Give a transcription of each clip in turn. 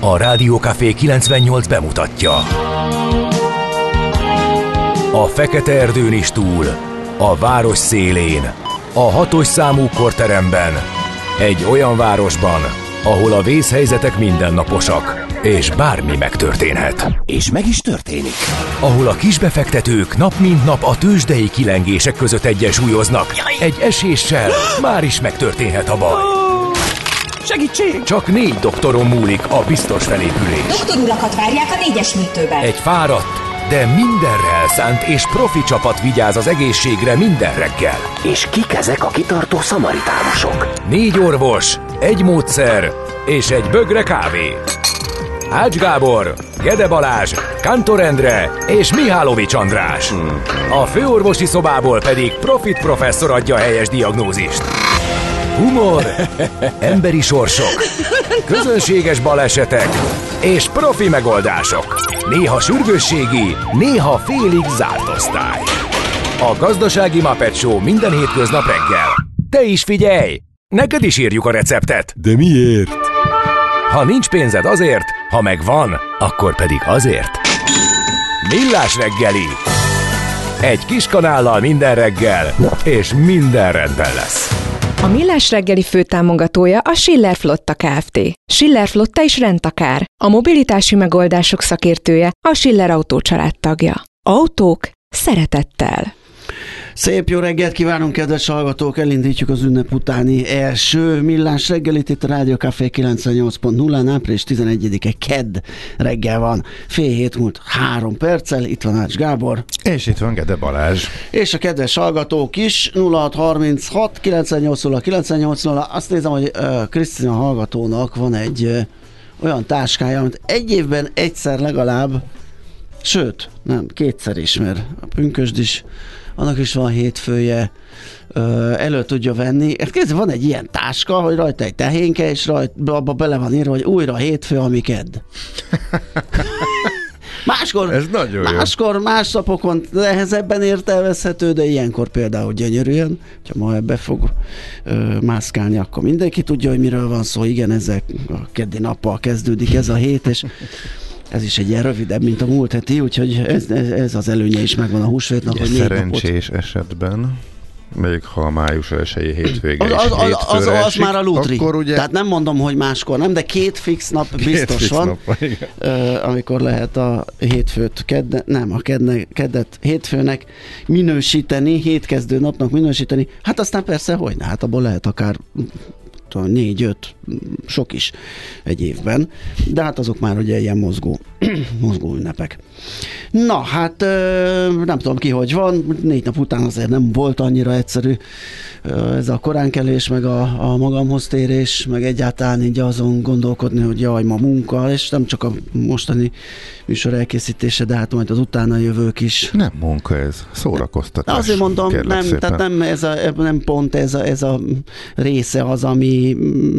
A Rádió Café 98 bemutatja. A fekete erdőn is túl, a város szélén, a 6-os számú korteremben, egy olyan városban, ahol a vészhelyzetek mindennaposak, és bármi megtörténhet. És meg is történik. Ahol a kisbefektetők nap mint nap a tőzsdei kilengések között egyensúlyoznak. Egy eséssel már is megtörténhet a baj. Segítség! Csak 4 doktoron múlik a biztos felépülés. Doktor urakat várják a 4-es műtőben. Egy fáradt, de mindenre elszánt és profi csapat vigyáz az egészségre minden reggel. És kik ezek a kitartó szamaritánusok? 4 orvos, egy módszer és egy bögre kávé. Ács Gábor, Gede Balázs, Kántor Endre és Mihálovics András. A főorvosi szobából pedig Profit professzor adja a helyes diagnózist. Humor, emberi sorsok, közönséges balesetek és profi megoldások. Néha sürgősségi, néha félig zárt osztály. A Gazdasági Muppet Show minden hétköznap reggel. Te is figyelj! Neked is írjuk a receptet. De miért? Ha nincs pénzed azért, ha megvan, akkor pedig azért. Millás reggeli. Egy kis kanállal minden reggel, és minden rendben lesz. A Millás reggeli főtámogatója a Schiller Flotta Kft. Schiller Flotta is rendtakár. A mobilitási megoldások szakértője, a Schiller Autó család tagja. Autók szeretettel. Szép jó reggelt kívánunk, kedves hallgatók! Elindítjuk az ünnep utáni első Millás reggelit itt a Rádió Café 98.0-án, április 11-e kedd reggel van. Fél hét múlt 3 perccel, itt van Ács Gábor. És itt van Gede Balázs. És a kedves hallgatók is, 0636 980 980. Azt nézem, hogy Krisztina hallgatónak van egy olyan táskája, amit egy évben egyszer legalább, sőt, nem, 2-szer is, mert a pünkösd is, annak is van hétfője, elő tudja venni. Kézzel van egy ilyen táska, hogy rajta egy tehénke, és abba bele van írva, hogy újra hétfő, ami kedd. Máskor, más napokon nehezebben értelmezhető, de ilyenkor például gyönyörűen, ha ma ebbe fog mászkálni, akkor mindenki tudja, hogy miről van szó. Igen, ezek a keddi nappal kezdődik ez a hét, és ez is egy ilyen rövidebb, mint a múlt heti, úgyhogy ez az előnye is megvan a húsvétnak, hogy 4 napot. Szerencsés esetben, még ha május 1-i hétvége az már a lútri. Ugye... Tehát nem mondom, hogy máskor nem, de 2 fix nap biztos van, amikor lehet a hétfőt keddet hétfőnek minősíteni, hétkezdő napnak minősíteni. Hát aztán persze, hogyne, hát abból lehet akár 4-5, sok is egy évben, de hát azok már ugye ilyen mozgó ünnepek. Na, hát nem tudom ki, hogy van, 4 nap után azért nem volt annyira egyszerű ez a koránkelés, meg a magamhoz térés, meg egyáltalán így azon gondolkodni, hogy jaj, ma munka, és nem csak a mostani műsor elkészítése, de hát majd az utána jövők is. Nem munka ez, szórakoztatás. Azért mondom, tehát nem pont ez a része az, ami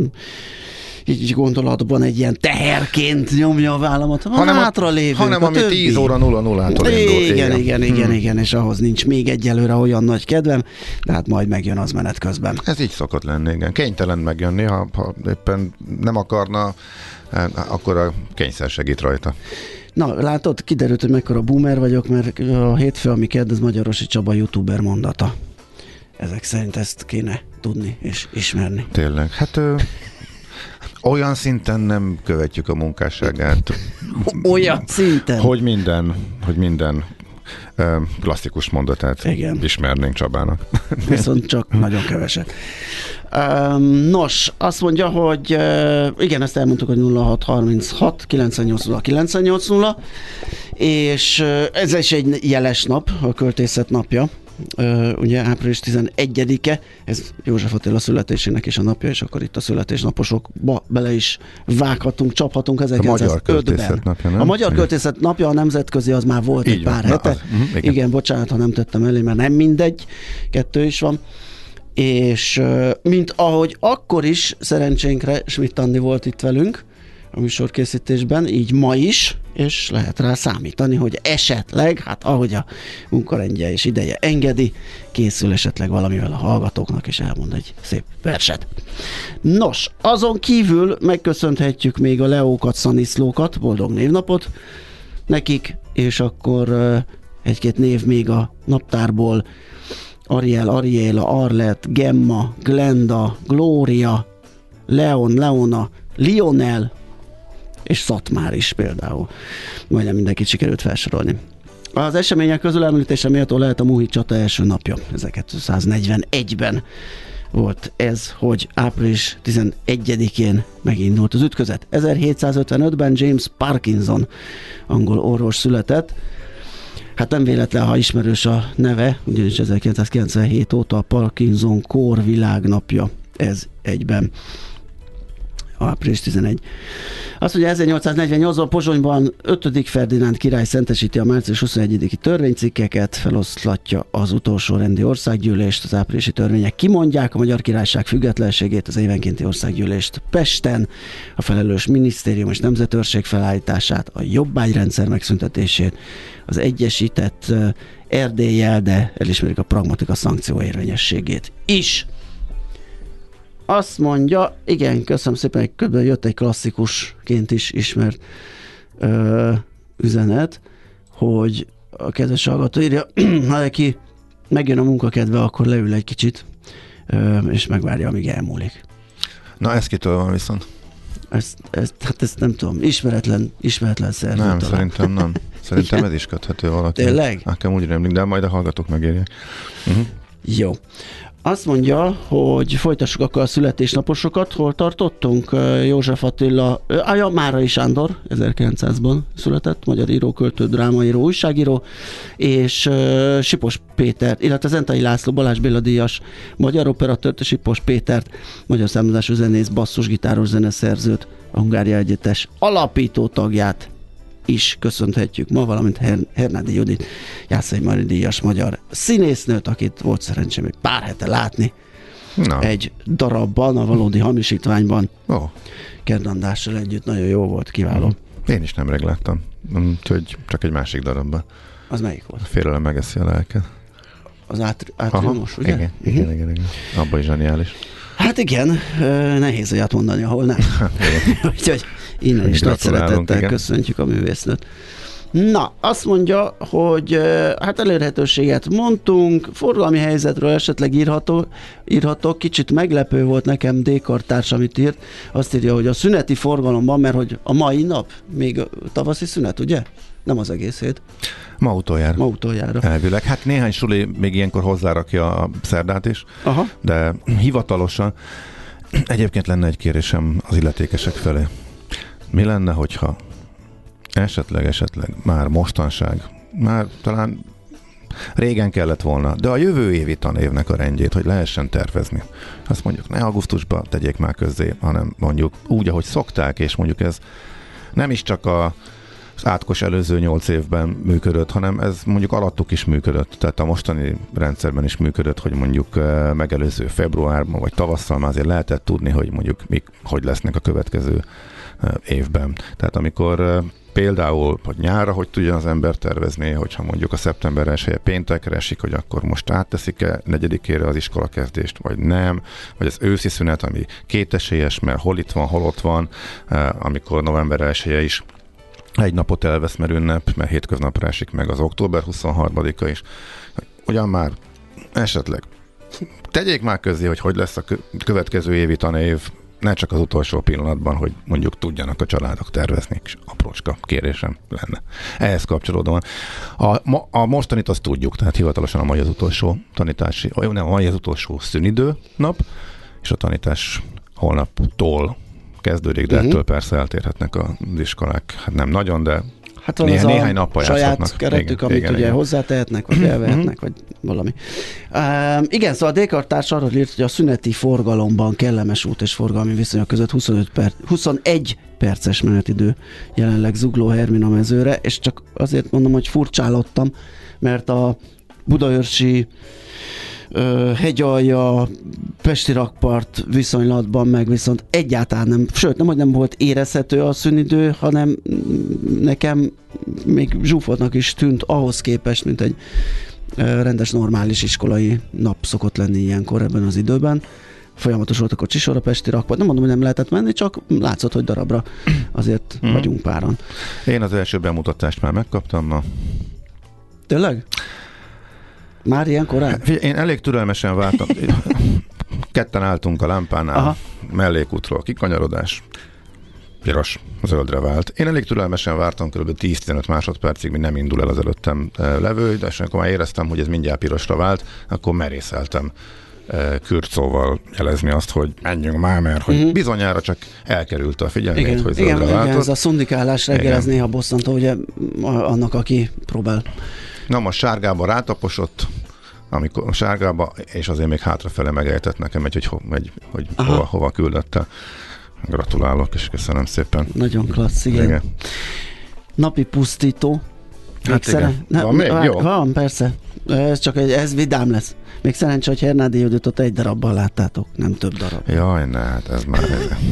így gondolatban egy ilyen teherként nyomja a vállamat, hanem ami 10 óra 00-tól indul. Igen, és ahhoz nincs még egyelőre olyan nagy kedvem, de hát majd megjön az menet közben. Ez így szokott lenni, igen. Kénytelen megjönni, ha éppen nem akarna, akkor a kényszer segít rajta. Na, látod, kiderült, hogy mekkora boomer vagyok, mert a hétfő, ami kedd, az Magyarosi Csaba youtuber mondata. Ezek szerint ezt kéne tudni és ismerni. Tényleg, hát olyan szinten nem követjük a munkásságát. Olyan szinten? Hogy minden klasszikus mondatát ismernénk Csabának. Viszont csak nagyon keveset. Nos, azt mondja, hogy igen, ezt elmondtuk, hogy 0636 980 980, és ez is egy jeles nap, a költészet napja. Ugye április 11-e, ez József Attila születésének is a napja, és akkor itt a születésnaposokba bele is vághatunk, csaphatunk 1905-ben. A Magyar Költészet napja, a nemzetközi az már volt így egy pár hete. Igen, bocsánat, ha nem tettem elé, mert nem mindegy, 2 is van. És mint ahogy akkor is szerencsénkre Schmidt Andi volt itt velünk, a műsorkészítésben, így ma is, és lehet rá számítani, hogy esetleg, hát ahogy a munkarendje és ideje engedi, készül esetleg valamivel a hallgatóknak, és elmond egy szép verset. Nos, azon kívül megköszönhetjük még a Leókat, Szaniszlókat, boldog névnapot nekik, és akkor egy-két név még a naptárból: Ariel, Ariela, Arlett, Gemma, Glenda, Glória, Leon, Leona, Lionel és Szatmár is például. Majdnem mindenkit sikerült felsorolni. Az események közül említése méltó lehet a Muhi csata első napja. 1241-ben volt ez, hogy április 11-én megindult az ütközet. 1755-ben James Parkinson, angol orvos született. Hát nem véletlen, ha ismerős a neve, ugyanis 1997 óta a Parkinson-kór világnapja ez egyben. Április 11. Azt mondja, 1848-ban Pozsonyban 5. Ferdinánd király szentesíti a március 21-i törvénycikkeket, feloszlatja az utolsó rendi országgyűlést, az áprilisi törvények kimondják a Magyar Királyság függetlenségét, az évenkénti országgyűlést Pesten, a felelős minisztérium és nemzetőrség felállítását, a jobbágyrendszer megszüntetését, az egyesített Erdéllyel, de elismerik a pragmatika szankció érvényességét is. Azt mondja, igen, köszönöm szépen, hogy jött egy klasszikusként is ismert üzenet, hogy a kedves hallgató írja, ha neki megjön a munkakedve, akkor leül egy kicsit, és megvárja, amíg elmúlik. Na, ez kitől van viszont? Ezt nem tudom, ismeretlen szerző. Nem, szerintem nem. Szerintem ez is köthető valaki. Tényleg? Nekem úgy rémlik, de majd a hallgatók megérjek. Jó. Azt mondja, hogy folytassuk akkor a születésnaposokat. Hol tartottunk? József Attila, Márai Sándor 1900-ban született, magyar író, költő, drámaíró, újságíró, és Sipos Péter, illetve Zentai László, Balázs Béla díjas magyar operatőrt, és Sipos Pétert, magyar származású zenész, basszusgitáros zeneszerzőt, a Hungária Egyetes alapító tagját is köszönhetjük ma, valamint Hernádi Judit, Jászai Mari díjas magyar színésznőt, akit volt szerencsém egy pár hete látni egy darabban, a Valódi hamisítványban. Kerd Andrással együtt, nagyon jó volt, kiváló. Én is nemrég láttam, úgyhogy csak egy másik darabban. Az melyik volt? A Félelem megeszi a lelket. Az átriumos, ugye? Igen. Abban is zseniális. Hát igen, nehéz olyat mondani, ahol nem. Úgyhogy innen is nagy szeretettel köszöntjük a művésznőt. Na, azt mondja, hogy hát elérhetőséget mondtunk, forgalmi helyzetről esetleg írhatok, kicsit meglepő volt nekem D-kartárs, amit írt, azt írja, hogy a szüneti forgalomban, mert hogy a mai nap még tavaszi szünet, ugye? Nem az egész hét. Ma utoljára. Elvileg. Hát néhány suli még ilyenkor hozzárakja a szerdát is, de hivatalosan egyébként lenne egy kérésem az illetékesek felé. Mi lenne, hogyha esetleg már mostanság, már talán régen kellett volna, de a jövő évi tanévnek a rendjét, hogy lehessen tervezni. Azt mondjuk ne augusztusban tegyék már közzé, hanem mondjuk úgy, ahogy szokták, és mondjuk ez nem is csak az átkos előző 8 évben működött, hanem ez mondjuk alattuk is működött, tehát a mostani rendszerben is működött, hogy mondjuk megelőző februárban vagy tavasszal már azért lehetett tudni, hogy mondjuk hogy lesznek a következő évben. Tehát amikor például, hogy nyárra, hogy tudja az ember tervezni, hogyha mondjuk a szeptember 1-e péntekre esik, hogy akkor most átteszik-e 4-ére az iskolakezdést, vagy nem, vagy az őszi szünet, ami kétesélyes, mert hol itt van, hol ott van, amikor november 1-e is egy napot elvesz, mert ünnep, mert hétköznapra esik meg az október 23-a is. Ugyan már esetleg tegyék már közzé, hogy lesz a következő évi tanév, ne csak az utolsó pillanatban, hogy mondjuk tudjanak a családok tervezni, és aprócska kérésem lenne. Ehhez kapcsolódóan. A mostanit azt tudjuk, tehát hivatalosan a mai az utolsó tanítási, a mai az utolsó szünidő nap, és a tanítás holnaptól kezdődik, de ettől persze eltérhetnek az iskolák. Hát nem nagyon, de hát van néhány nappal játszhatnak. Saját keretük, amit igen, ugye hozzátehetnek, vagy elvehetnek, vagy valami. Igen, szóval a D-kartárs arról írt, hogy a szüneti forgalomban kellemes út és forgalmi viszonyok között 21 perces menetidő jelenleg Zugló Hermina mezőre, és csak azért mondom, hogy furcsálottam, mert a budaörsi Hegyalja, Pesti rakpart viszonylatban meg viszont egyáltalán nem, sőt nem, hogy nem volt érezhető a szünidő, hanem nekem még zsúfoltnak is tűnt ahhoz képest, mint egy rendes, normális iskolai nap szokott lenni ilyenkor ebben az időben. Folyamatos volt a kocsisor a Pesti rakpart. Nem mondom, hogy nem lehetett menni, csak látszott, hogy darabra azért vagyunk páran. Én az első bemutatást már megkaptam ma. Tényleg? Már ilyen korán? Én elég türelmesen vártam. Ketten álltunk a lámpánál, aha, mellékútról, kikanyarodás, piros, zöldre vált. Én elég türelmesen vártam, kb. 10-15 másodpercig, még nem indul el az előttem levő, de akkor már éreztem, hogy ez mindjárt pirosra vált, akkor merészeltem kürcóval jelezni azt, hogy menjünk már, mert hogy bizonyára csak elkerült a figyelmét, hogy zöldre váltott. Igen, ez a szundikálás reggel, ez néha bosszantó, ugye annak, aki próbál. Na, most sárgába rátaposott, amikor sárgába, és azért még hátrafele megejtett nekem hogy hova küldette. Gratulálok, és köszönöm szépen. Nagyon klassz, igen. Napi pusztító. Hát igen. Van még? Jó. Van, persze. Ez vidám lesz. Még szerencsé, hogy Hernádi Juditot egy darabban láttátok, nem több darab. Jaj, ne, hát ez már...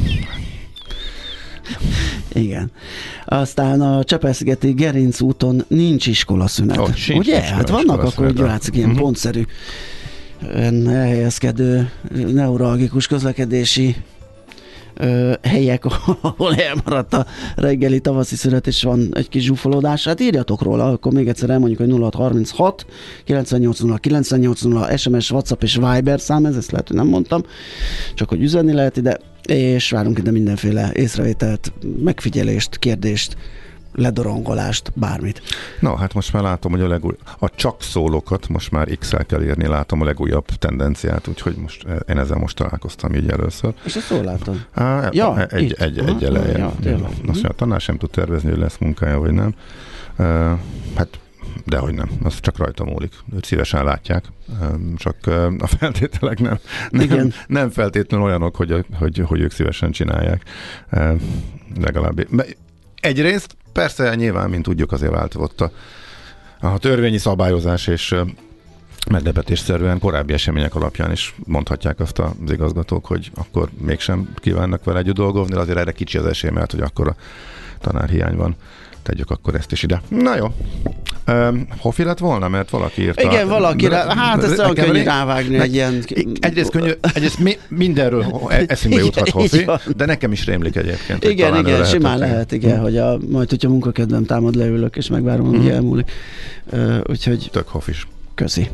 Igen. Aztán a Csepel-szigeti Gerinc úton nincs iskolaszünet. Ugye? Hát vannak akkor, hogy látszik ilyen pontszerű elhelyezkedő neuralgikus közlekedési helyek, ahol elmaradt a reggeli tavaszi szünet, és van egy kis zsúfolódás. Hát írjatok róla, akkor még egyszer elmondjuk, hogy 0636 980 980 SMS, WhatsApp és Viber szám, ezt lehet, hogy nem mondtam, csak hogy üzenni lehet ide, és várunk ide mindenféle észrevételt, megfigyelést, kérdést, ledorongolást, bármit. Na, hát most már látom, hogy a csak szólókat most már X-el kell írni, látom a legújabb tendenciát, úgyhogy most én ezzel most találkoztam így először. És ezt jól látod? Egy elején. Azt mondja, a tanár sem tud tervezni, hogy lesz munkája, vagy nem. Hát dehogy nem, az csak rajta múlik. Őt szívesen látják, csak a feltételek nem feltétlenül olyanok, hogy ők szívesen csinálják. Legalább. Egyrészt persze nyilván, mint tudjuk, azért változott a törvényi szabályozás, és meglepetésszerűen korábbi események alapján is mondhatják azt az igazgatók, hogy akkor mégsem kívánnak vele együtt dolgozni, de azért erre kicsi az esély, mert hogy akkor a tanárhiány van. Tegyük akkor ezt is ide. Na jó. Hofi lett volna, mert valaki írta. Igen, valaki. Hát ezt olyan könnyű rávágni egy ilyen... Egyrészt könnyű, mindenről eszünkbe juthat Hofi, de nekem is rémlik egyébként. Igen, simán lehet, igen, hogy majd, hogyha munkakedvem támad, leülök, és megvárom, hogy elmúlik. Úgyhogy... Tök Hofis. Köszi.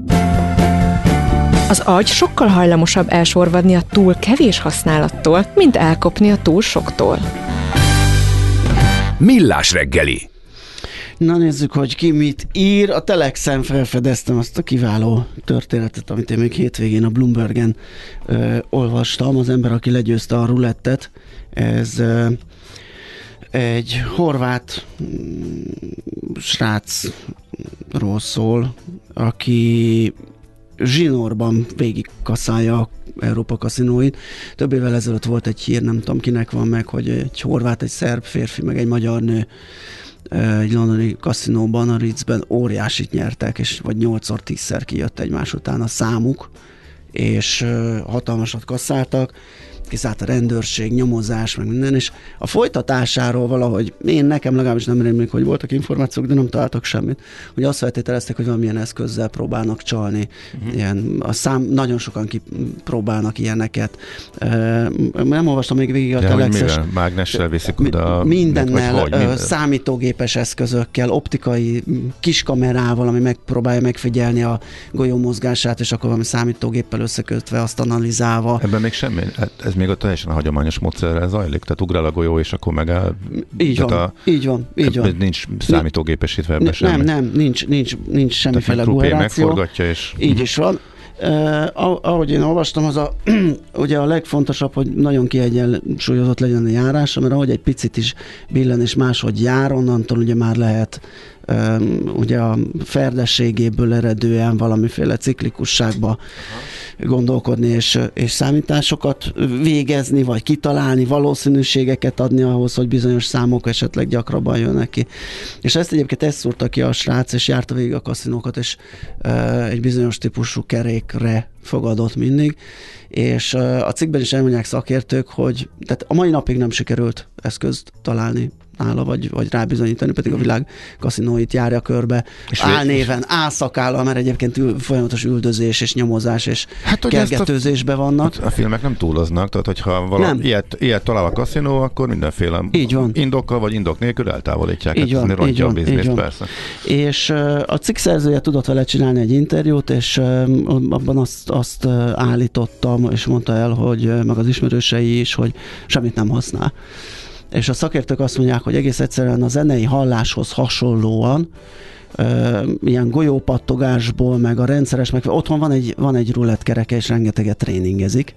Az agy sokkal hajlamosabb elsorvadni a túl kevés használattól, mint elkopni a túl soktól. Millás reggeli. Na nézzük, hogy ki mit ír. A Telexen felfedeztem azt a kiváló történetet, amit én még hétvégén a Bloombergen olvastam. Az ember, aki legyőzte a rulettet, ez egy horvát srácról szól, aki zsinórban végig kaszálja Európa kaszinóit. Több évvel ezelőtt volt egy hír, nem tudom kinek van meg, hogy egy horvát, egy szerb férfi, meg egy magyar nő egy londoni kaszinóban, a Ritzben óriásit nyertek, és vagy 8-szor 10-szer kijött egymás után a számuk, és hatalmasat kasszáltak, kiszállt a rendőrség, nyomozás, meg minden, és a folytatásáról valahogy, nekem legalábbis nem rémlik, hogy voltak információk, de nem találtak semmit, hogy azt feltételezték, hogy valamilyen eszközzel próbálnak csalni. Ilyen, nagyon sokan kipróbálnak ilyeneket. Nem olvastam még végig a Telexes. Mágnessel viszik oda? Mindennel, számítógépes eszközökkel, optikai kiskamerával, ami megpróbálja megfigyelni a golyó mozgását, és akkor valami számítógéppel összekötve, azt analizálva. Ebben még semmi? Ez még a teljesen hagyományos módszerrel zajlik? Tehát ugrál a golyó, és akkor megáll? Így van. Nincs számítógépesítve ebben semmi? Nem, nincs semmiféle guheráció. Megforgatja, és... Így is van. Ahogy én olvastam, ugye a legfontosabb, hogy nagyon kiegyensúlyozott legyen a járása, mert ahogy egy picit is billen és máshogy jár, onnantól ugye már lehet ugye a ferdességéből eredően valamiféle ciklikusságba gondolkodni, és számításokat végezni, vagy kitalálni, valószínűségeket adni ahhoz, hogy bizonyos számok esetleg gyakrabban jönnek ki. És ezt szúrta ki a srác, és járta végig a kaszinókat, és egy bizonyos típusú kerékre fogadott mindig, és a cikkben is elmondják szakértők, hogy tehát a mai napig nem sikerült eszközt találni nála, vagy rábizonyítani, pedig a világ kaszinóit járja körbe, álnéven, álszakállal, mert egyébként folyamatos üldözés és nyomozás és kergetőzésben vannak. A filmek nem túloznak, tehát hogyha valami ilyet talál a kaszinó, akkor mindenféle indokkal vagy indok nélkül eltávolítják. Így van, rontja a bizniszt, persze. És a cikk szerzője tudott vele csinálni egy interjút, és abban azt állítottam, és mondta el, hogy meg az ismerősei is, hogy semmit nem használ. És a szakértők azt mondják, hogy egész egyszerűen a zenei halláshoz hasonlóan ilyen golyópattogásból, meg a rendszeres, meg otthon van egy rulettkereke, és rengeteget tréningezik,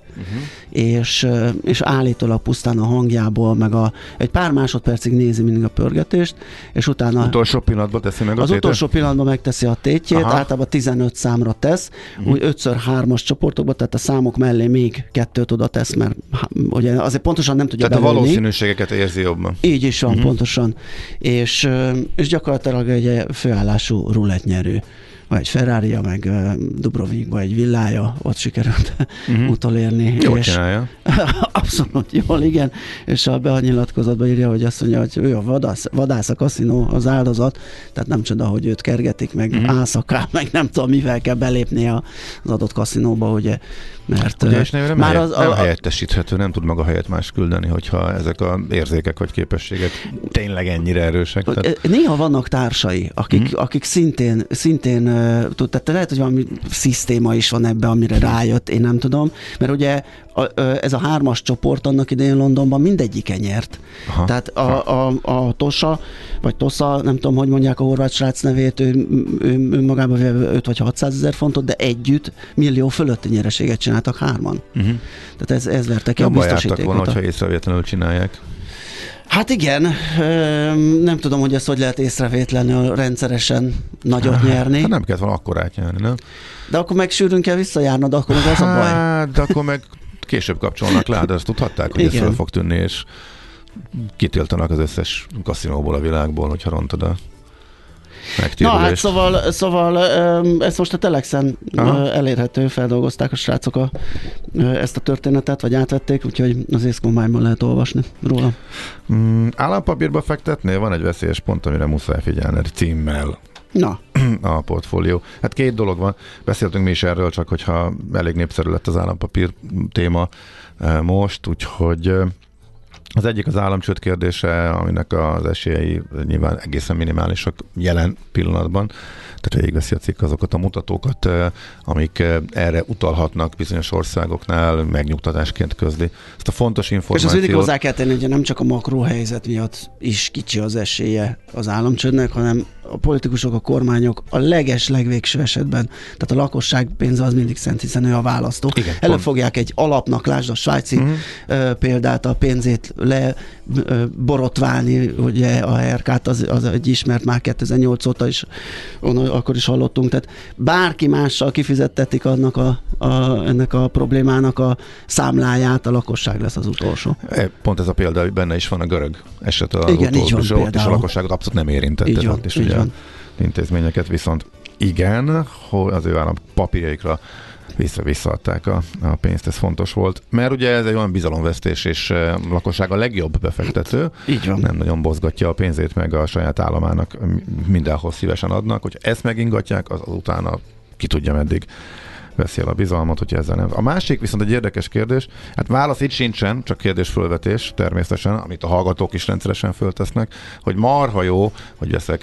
és állítólag pusztán a hangjából, meg egy pár másodpercig nézi mindig a pörgetést, és utána... Utolsó pillanatban teszi meg a tétét? Az utolsó pillanatban megteszi a tétjét, általában 15 számra tesz, úgy 5x3-as csoportokban, tehát a számok mellé még 2-t oda tesz, mert ugye azért pontosan nem tudja belőni. Tehát a valószínűségeket érzi jobban. Így is van, pontosan. És gyakorlatilag egy főállású rulettnyerő. Vagy egy Ferrari-ja, meg Dubrovnikba egy villája, ott sikerült utolérni. Jól csinálja. Abszolút jól, igen. És a benyilatkozatban írja, hogy azt mondja, hogy ő a vadász a kaszinó, az áldozat, tehát nem csoda, hogy őt kergetik, meg álszakál, meg nem tudom, mivel kell belépni az adott kaszinóba, ugye, mert... Ugye, és nem helyettesíthető, nem tud maga helyet más küldeni, hogyha ezek az érzékek vagy képességek tényleg ennyire erősek. Tehát... Néha vannak társai, akik szintén tehát lehet, hogy valami szisztéma is van ebbe, amire rájött, én nem tudom, mert ugye ez a 3-as csoport annak idején Londonban mindegyiken nyert. Aha. Tehát a Tosa, vagy Tosza, nem tudom, hogy mondják a horvát srác nevét, ő magában 5 vagy 600 000 fontot, de együtt millió fölötti nyereséget csináltak 3-an. Tehát ez verte ki a biztosítékot. Jobban jártak volna, hogyha észrevétlenül csinálják. Hát igen, nem tudom, hogy ezt hogy lehet észrevétlenül rendszeresen nagyot nyerni. Hát nem kellett volna akkorát nyerni, nem? De akkor meg sűrűn kell visszajárnod, akkor meg az a baj. De akkor meg később kapcsolnak le, de ezt tudhatták, hogy ez föl fog tűnni, és kitiltanak az összes kaszinóból a világból, hogyha rontod a megtérülést. Na hát szóval ez most a Telexen elérhető, feldolgozták a srácok ezt a történetet, vagy átvették, úgyhogy az észkományban lehet olvasni róla. Állampapírba fektetnél? Van egy veszélyes pont, amire muszáj figyelni, címmel. Na. A portfólió. Hát 2 dolog van. Beszéltünk mi is erről, csak hogyha elég népszerű lett az állampapír téma most, úgyhogy az egyik az államcsőd kérdése, aminek az esélyei nyilván egészen minimálisak jelen pillanatban. Tehát végigveszi a cikk azokat a mutatókat, amik erre utalhatnak bizonyos országoknál, megnyugtatásként közli. Ezt a fontos információt... És azt mindig hozzá kell tenni, hogy nem csak a makróhelyzet miatt is kicsi az esélye az államcsődnek, hanem a politikusok, a kormányok a legvégső esetben, tehát a lakosság pénze az mindig szent, hiszen ő a választó. Előfogják egy alapnak, lásd a svájci példát, a pénzét leborotválni, ugye a HRK-t az egy ismert már 2008 óta is, akkor is hallottunk, tehát bárki mással kifizettetik ennek a problémának a számláját, a lakosság lesz az utolsó. Pont ez a példa, hogy benne is van a görög eset az utolsó, és a lakosságot abszolút nem érintett. Ott is ugye intézményeket viszont igen, hogy az ő állam papírjaikra visszaadták a pénzt, ez fontos volt. Mert ugye ez egy olyan bizalomvesztés, és a lakosság a legjobb befektető. Így van. Nem nagyon mozgatja a pénzét, meg a saját államának mindenhol szívesen adnak. Hogyha ezt megingatják, az utána ki tudja meddig veszi el a bizalmat, hogyha ezzel nem. A másik viszont egy érdekes kérdés, hát válasz itt sincsen, csak kérdésfölvetés természetesen, amit a hallgatók is rendszeresen föltesznek, hogy marha jó, hogy veszek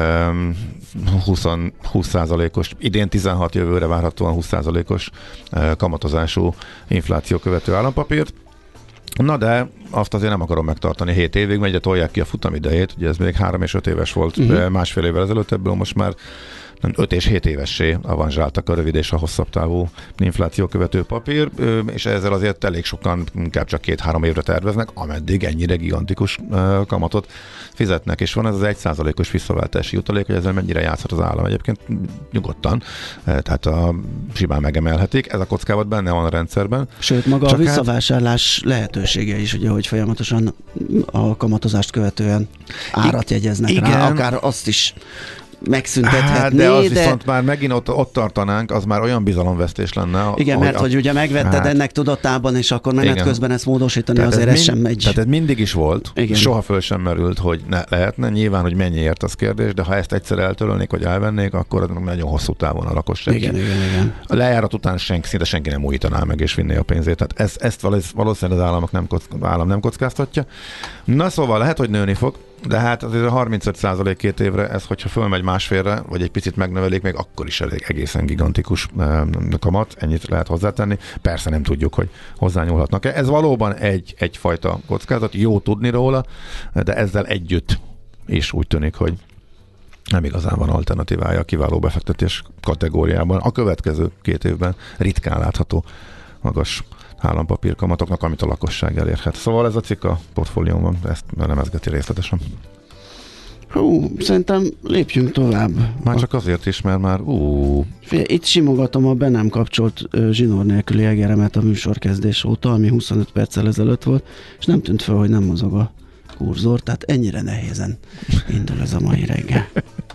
20%-os, idén 16, jövőre várhatóan 20%-os kamatozású infláció követő állampapírt. Na de azt azért nem akarom megtartani 7 évig, mert ugye tolják ki a futamidejét, ugye ez még 3 és 5 éves volt másfél évvel ezelőtt, ebből most már 5 és 7 évessé avanzsáltak a rövid és a hosszabb távú infláció követő papír, és ezzel azért elég sokan inkább csak 2-3 évre terveznek, ameddig ennyire gigantikus kamatot fizetnek, és van ez az 1%-os visszaváltási jutalék, hogy ezzel mennyire játszhat az állam egyébként nyugodtan, tehát simán megemelhetik, ez a kockázat benne van a rendszerben. Sőt, maga csak a visszavásárlás lehetősége is, ugye, hogy folyamatosan a kamatozást követően árat jegyeznek rá, akár azt is megszüntethetné. De az viszont már megint ott tartanánk, az már olyan bizalomvesztés lenne. Igen, mert hogy ugye megvetted ennek tudatában, és akkor menet közben ezt módosítani, tehát azért ez sem megy. Tehát ez mindig is volt, soha föl sem merült, hogy ne lehetne, nyilván, hogy mennyiért az kérdés, de ha ezt egyszer eltörölnék, vagy elvennék, akkor nagyon hosszú távon a lakosság. Igen. A lejárat után szinte senki nem újítaná meg és vinné a pénzét. Tehát ezt valószínűleg az állam nem kockáztatja. Na szóval lehet, hogy nőni fog, de hát azért a 35% 2 évre, ez hogyha fölmegy másfélre, vagy egy picit megnövelik, még akkor is elég egészen gigantikus kamat, ennyit lehet hozzátenni. Persze nem tudjuk, hogy hozzányúlhatnak-e. Ez valóban egyfajta kockázat, jó tudni róla, de ezzel együtt is úgy tűnik, hogy nem igazán van alternatívája a kiváló befektetés kategóriában. A következő 2 évben ritkán látható magas állampapírkamatoknak, amit a lakosság elérhet. Szóval ez a cikk a portfóliómban, ezt elemezgeti részletesen. Szerintem lépjünk tovább. Már csak azért is, mert már Itt simogatom a be nem kapcsolt zsinór nélküli egeremet a műsorkezdés óta, ami 25 perccel ezelőtt volt, és nem tűnt fel, hogy nem mozog a kurzor, tehát ennyire nehézen indul ez a mai reggel.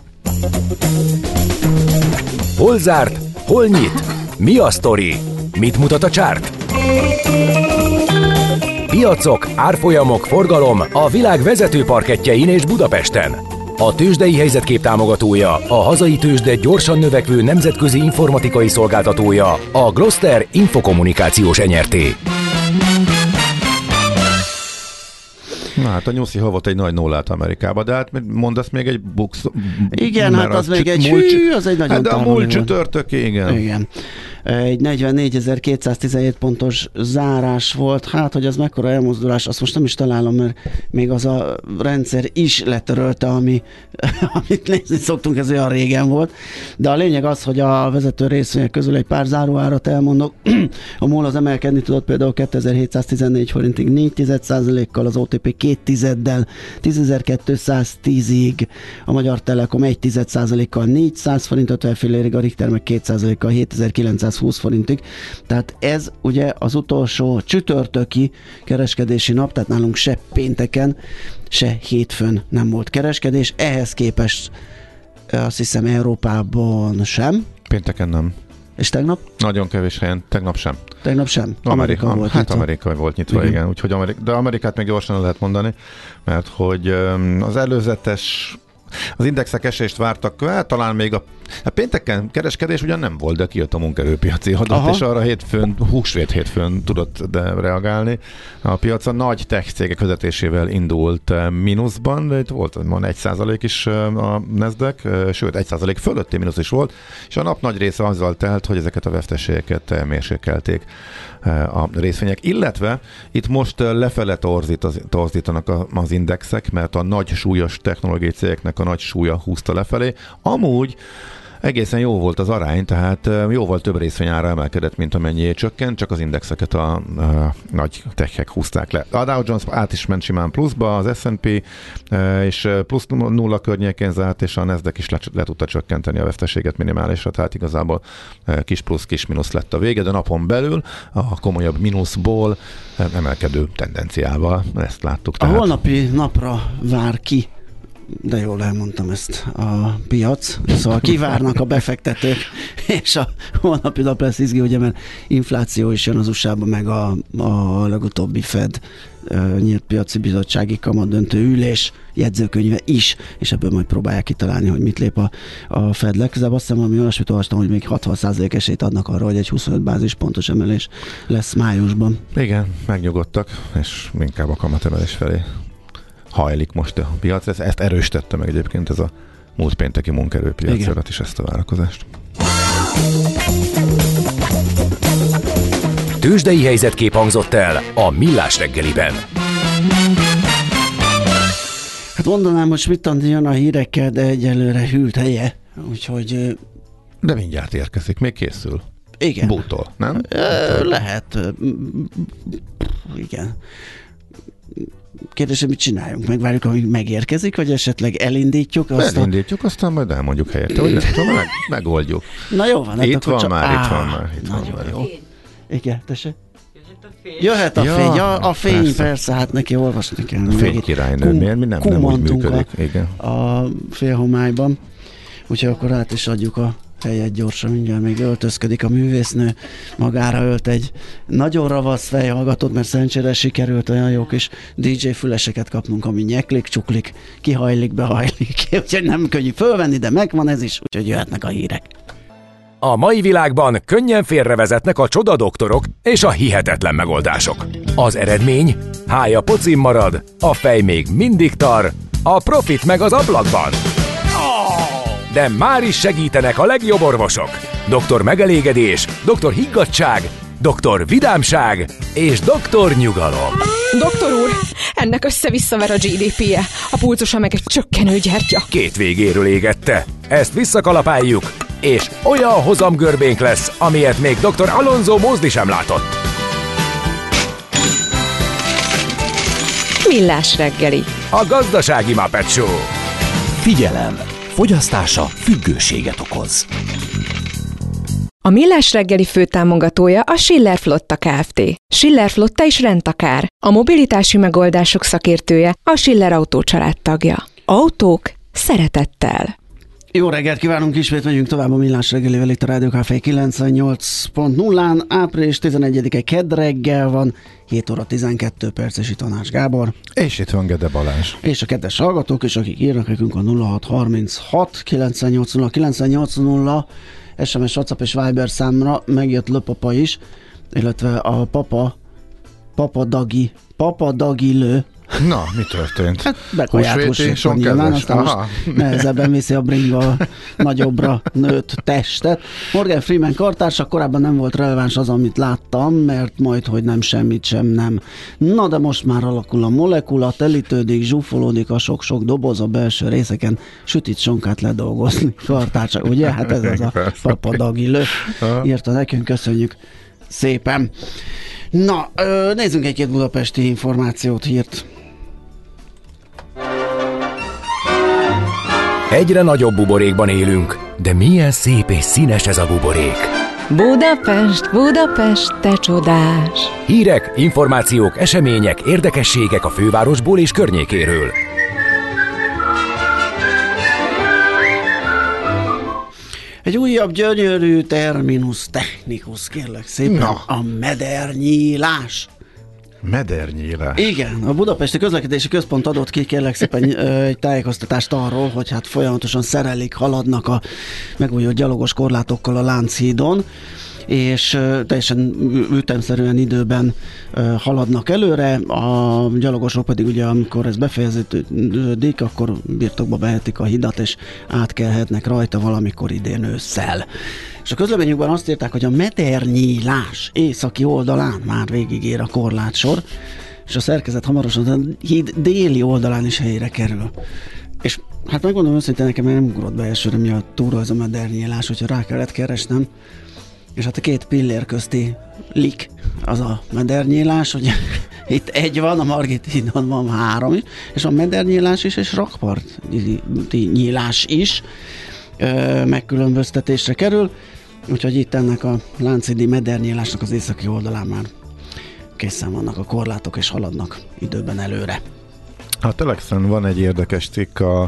Hol zárt? Hol nyit? Mi a sztori? Mit mutat a csárt? Piacok, árfolyamok, forgalom a világ vezető parkettjein és Budapesten. A tőzsdei helyzetkép támogatója, a hazai tőzsde gyorsan növekvő nemzetközi informatikai szolgáltatója, a Gloster Infokommunikációs Nrt. Na hát a nyuszi havott egy nagy nullát Amerikába, de hát mondasz még egy buksz... Igen, hát az még egy az egy nagyon de a múlt csütörtöki, igen. Egy 44.217 pontos zárás volt, hát hogy az mekkora elmozdulás, azt most nem is találom, mert még az a rendszer is letörölte, amit nézni szoktunk, ez olyan régen volt, de a lényeg az, hogy a vezető részvények közül egy pár záróárat elmondok. A MOL az emelkedni tudott például 2714 forintig 4%-kal, az OTP 2%-del 10.210-ig, a Magyar Telekom 1%-kal 400 forint 50 fillérig, a Richter meg 2%-kal 7920 forintig. Tehát ez ugye az utolsó csütörtöki kereskedési nap, tehát nálunk se pénteken, se hétfőn nem volt kereskedés. Ehhez képest azt hiszem Európában sem. Pénteken nem. És tegnap? Nagyon kevés helyen, tegnap sem. Tegnap sem? Amerika volt nyitva. Amerika volt nyitva, igen. Úgyhogy de Amerikát még gyorsan lehet mondani, mert hogy az előzetes az indexek esést vártak, hát talán még a pénteken kereskedés ugyan nem volt, de kijött a munkaerőpiaci adat, és arra húsvét hétfőn tudott reagálni. A piac a nagy tech cégek vezetésével indult mínuszban, de itt volt 1% is a Nasdaq, sőt 1% fölötti mínusz is volt, és a nap nagy része azzal telt, hogy ezeket a veszteségeket mérsékelték a részvények, illetve itt most lefele torzítanak az indexek, mert a nagy súlyos technológiai cégeknek a nagy súlya húzta lefelé. Amúgy egészen jó volt az arány, tehát jóval több részvényára emelkedett, mint amennyié csökkent, csak az indexeket a nagy techek húzták le. A Dow Jones át is ment simán pluszba, az S&P és plusz 0 környékén zárt, és a Nasdaq is le tudta csökkenteni a veszteséget minimálisra, tehát igazából kis plusz, kis mínusz lett a vége, de napon belül a komolyabb mínuszból emelkedő tendenciával ezt láttuk. A holnapi napra vár ki, de jól elmondtam ezt, a piac, szóval kivárnak a befektetők, és a holnapi nap lesz izgi, ugye, mert infláció is jön az USA-ba, meg a legutóbbi Fed nyílt piaci bizottsági kamatdöntő ülés jegyzőkönyve is, és ebből majd próbálják kitalálni, hogy mit lép a Fed legközelebb. Azt hiszem, valami olyasmit olvastam, hogy még 60% esélyt adnak arra, hogy egy 25 bázispontos emelés lesz májusban. Igen, megnyugodtak, és inkább a kamatemelés felé hajlik most a piac. Ezt erősítette meg egyébként ez a múlt pénteki munkaerőpiaci adat is, ezt a várakozást. Tőzsdei helyzetkép hangzott el a Millás reggeliben. Hát mondanám, hogy Schmidt-Andi jön a hírekkel, de egyelőre hűlt helye, úgyhogy... De mindjárt érkezik, még készül. Igen. Bútol, nem? Lehet. Igen. Kérdés, hogy mit csináljunk? Megvárjuk, amíg megérkezik, vagy esetleg elindítjuk? Elindítjuk, aztán majd elmondjuk helyette, hogy nem tudom, megoldjuk. Na jó van. Itt van már. Nagyon jó. Igen, tessék. Jöhet a fény. A fény, persze, hát neki olvasni kell. A fénykirálynő, miért nem úgy működik? Igen. A félhomályban. Úgyhogy akkor át is adjuk a helyet gyorsan, mindjárt még öltözködik a művésznő, magára ölt egy nagyon ravasz fejhallgatót, mert szerencsére sikerült olyan jó kis DJ füleseket kapnunk, ami nyeklik, csuklik, kihajlik, behajlik, úgyhogy nem könnyű fölvenni, de megvan ez is, úgyhogy jöhetnek a hírek. A mai világban könnyen félrevezetnek a csodadoktorok és a hihetetlen megoldások. Az eredmény? Hája pocim marad, a fej még mindig tar, a profit meg az ablakban. De már is segítenek a legjobb orvosok. Doktor megelégedés, doktor higgadtság, doktor vidámság és doktor nyugalom. Doktor úr, ennek össze-visszaver a GDP-je, a pulzusa meg egy csökkenő gyertya. Két végéről égette. Ezt visszakalapáljuk, és olyan hozamgörbénk lesz, amilyet még dr. Alonso Mózdi sem látott. Millás reggeli. A gazdasági Muppet Show. Figyelem! Fogyasztása függőséget okoz. A Millás reggeli főtámogatója a Schiller Flotta Kft. Schiller Flotta is rendtakár. A mobilitási megoldások szakértője, a Schiller Autó családtagja. Autók szeretettel. Jó reggelt kívánunk, ismét megyünk tovább a Millás reggelivel itt a Rádió Café 98.0-án. Április 11-e kedd reggel van, 7 óra 12 perc, és itt van Ács Gábor. És itt van Gede Balázs. És a kedves hallgatók, és akik írnak nekünk a 0636 980 980 SMS, WhatsApp és Viber számra megjött Löpapa is, illetve a papadagilő. Na, mi történt? Hát bekaját húsvéti nyilván, aztán most nehezebben viszi a bringa nagyobbra nőtt testet. Morgan Freeman kartársa, korábban nem volt releváns az, amit láttam, mert majd, hogy nem semmit sem nem. Na, de most már alakul a molekula, telítődik, zsúfolódik a sok-sok doboz a belső részeken, sütit sonkát ledolgozni. Kartársa, ugye? Hát ez az a papadagilő. Írta nekünk, köszönjük szépen. Na, nézzünk egy-két budapesti információt, hírt. Egyre nagyobb buborékban élünk, de milyen szép és színes ez a buborék. Budapest, Budapest, te csodás! Hírek, információk, események, érdekességek a fővárosból és környékéről. Egy újabb gyönyörű terminus technikus, kérlek szépen, a medernyílás. Medernyílás. Igen, a Budapesti Közlekedési Központ adott ki, kérlek szépen egy tájékoztatást arról, hogy hát folyamatosan szerelik, haladnak a megújult gyalogos korlátokkal a Lánchídon, és teljesen ütemszerűen időben haladnak előre, a gyalogosok pedig ugye, amikor ez befejeződik, akkor birtokba vehetik a hidat, és átkelhetnek rajta valamikor idén ősszel. És a közleményükben azt írták, hogy a medernyílás északi oldalán már végigér a korlátsor, és a szerkezet hamarosan a híd déli oldalán is helyére kerül. És hát megmondom őszintén, nekem nem ugrott be elsőre, mi a túra ez a medernyílás, hogyha rá kellett keresnem. És hát a két pillér közti lik, az a medernyílás, hogy itt egy van, a Margit hídon van 3 is, és a medernyílás is, és rakparti nyílás is megkülönböztetésre kerül, úgyhogy itt ennek a Lánchídi medernyílásnak az északi oldalán már készen vannak a korlátok, és haladnak időben előre. A Telexen van egy érdekes cikk, a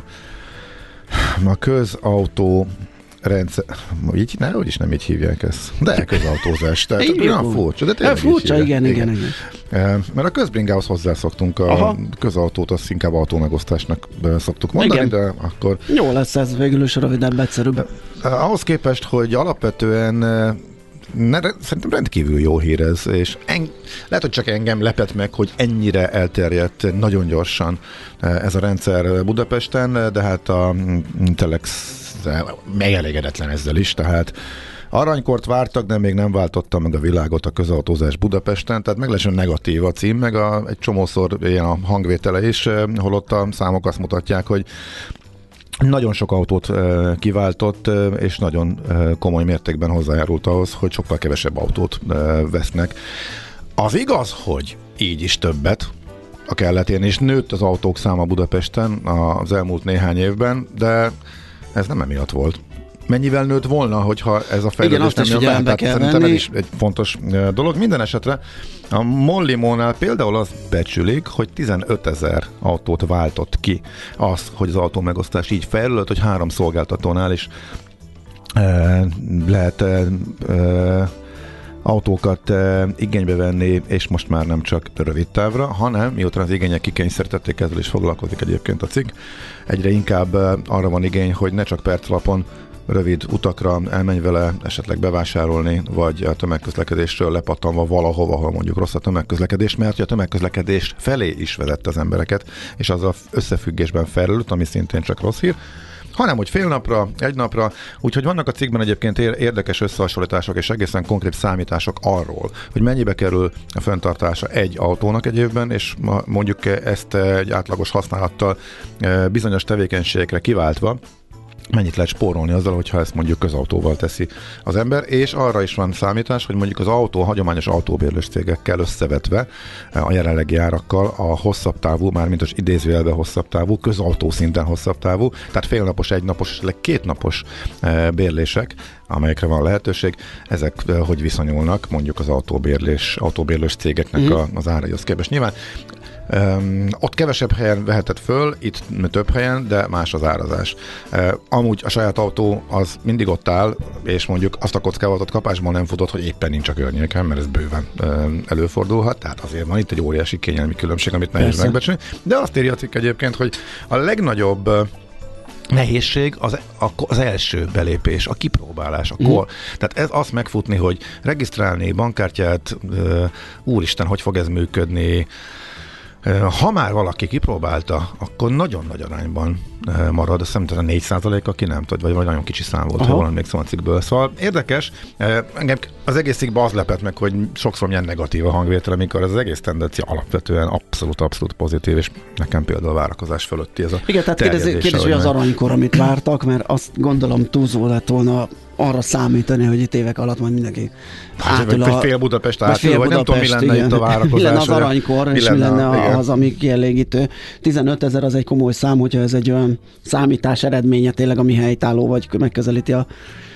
közautó rendszer, így nem így hívják ezt, de közautózás, tehát olyan furcsa, de tényleg furcsa, igen. Mert a közbringához hozzászoktunk, a közautót azt inkább autómegosztásnak szoktuk mondani, igen. De akkor... Jó lesz ez végül is rövidebb, egyszerűbb. Ahhoz képest, hogy alapvetően szerintem rendkívül jó hír ez, és lehet, hogy csak engem lepett meg, hogy ennyire elterjedt nagyon gyorsan ez a rendszer Budapesten, de hát a Telex megelégedetlen ezzel is, tehát Aranykort vártak, de még nem váltotta meg a világot a közautózás Budapesten, tehát meglehetősen negatív a cím, meg egy csomószor ilyen a hangvétele is, holott a számok azt mutatják, hogy nagyon sok autót kiváltott, és nagyon komoly mértékben hozzájárult ahhoz, hogy sokkal kevesebb autót vesznek. Az igaz, hogy így is többet a kelletén, és nőtt az autók száma Budapesten az elmúlt néhány évben, de ez nem emiatt volt. Mennyivel nőtt volna, hogyha ez a fejlődés nem jön be? Szerintem ez is egy fontos dolog. Minden esetre a Mollimónál például azt becsülik, hogy 15 000 autót váltott ki az, hogy az autómegosztás így fejlődött, hogy 3 szolgáltatónál is lehet autókat igénybe venni, és most már nem csak rövid távra, hanem miután az igények kikényszerítették, ezzel is foglalkozik egyébként a cikk, egyre inkább arra van igény, hogy ne csak perclapon rövid utakra elmenj vele, esetleg bevásárolni, vagy a tömegközlekedésről lepattanva valahova, ahol mondjuk rossz a tömegközlekedés, mert a tömegközlekedés felé is vezette az embereket, és az a összefüggésben fejlődött, ami szintén csak rossz hír, hanem hogy fél napra, egy napra, úgyhogy vannak a cikkben egyébként érdekes összehasonlítások és egészen konkrét számítások arról, hogy mennyibe kerül a fenntartása egy autónak egy évben, és mondjuk ezt egy átlagos használattal bizonyos tevékenységekre kiváltva, mennyit lehet spórolni azzal, hogyha ezt mondjuk közautóval teszi az ember, és arra is van számítás, hogy mondjuk az hagyományos autóbérlős cégekkel összevetve a jelenlegi árakkal a hosszabb távú, mármint az idézőjelben hosszabb távú, közautó szinten hosszabb távú, tehát félnapos, egynapos, 2 napos bérlések, amelyekre van lehetőség, ezek hogy viszonyulnak mondjuk az autóbérlős cégeknek az áraihoz képest. Nyilván ott kevesebb helyen vehetett föl, itt több helyen, de más az árazás. Amúgy a saját autó az mindig ott áll, és mondjuk azt a kockázatot kapásban nem futott, hogy éppen nincs a környéken, mert ez bőven előfordulhat, tehát azért van itt egy óriási kényelmi különbség, amit nehéz megbecsülni. De azt írja a cikk egyébként, hogy a legnagyobb nehézség az első belépés, a kipróbálás, a kor. Tehát ez azt megfutni, hogy regisztrálni, bankkártyát, úristen, hogy fog ez működni. Ha már valaki kipróbálta, akkor nagyon nagy arányban marad, azt hiszem, a 4% aki nem tud, vagy nagyon kicsi szám volt, ha még szóval a cikkből. Szóval érdekes, engem az egész cikkben az lepett meg, hogy sokszor milyen negatív a hangvétel, amikor az egész tendencia alapvetően abszolút pozitív, és nekem például a várakozás fölötti ez a igen, tehát kérdés, hogy az aranykor, amit vártak, mert azt gondolom túlzó lett volna arra számítani, hogy itt évek alatt majd mindenki átül a... Fél Budapest átül, vagy nem tudom, mi lenne itt a várakozás. Mi lenne az aranykor, és mi lenne az, ami kielégítő. 15 000 az egy komoly szám, hogyha ez egy olyan számítás eredménye tényleg, ami helytálló, vagy megközelíti a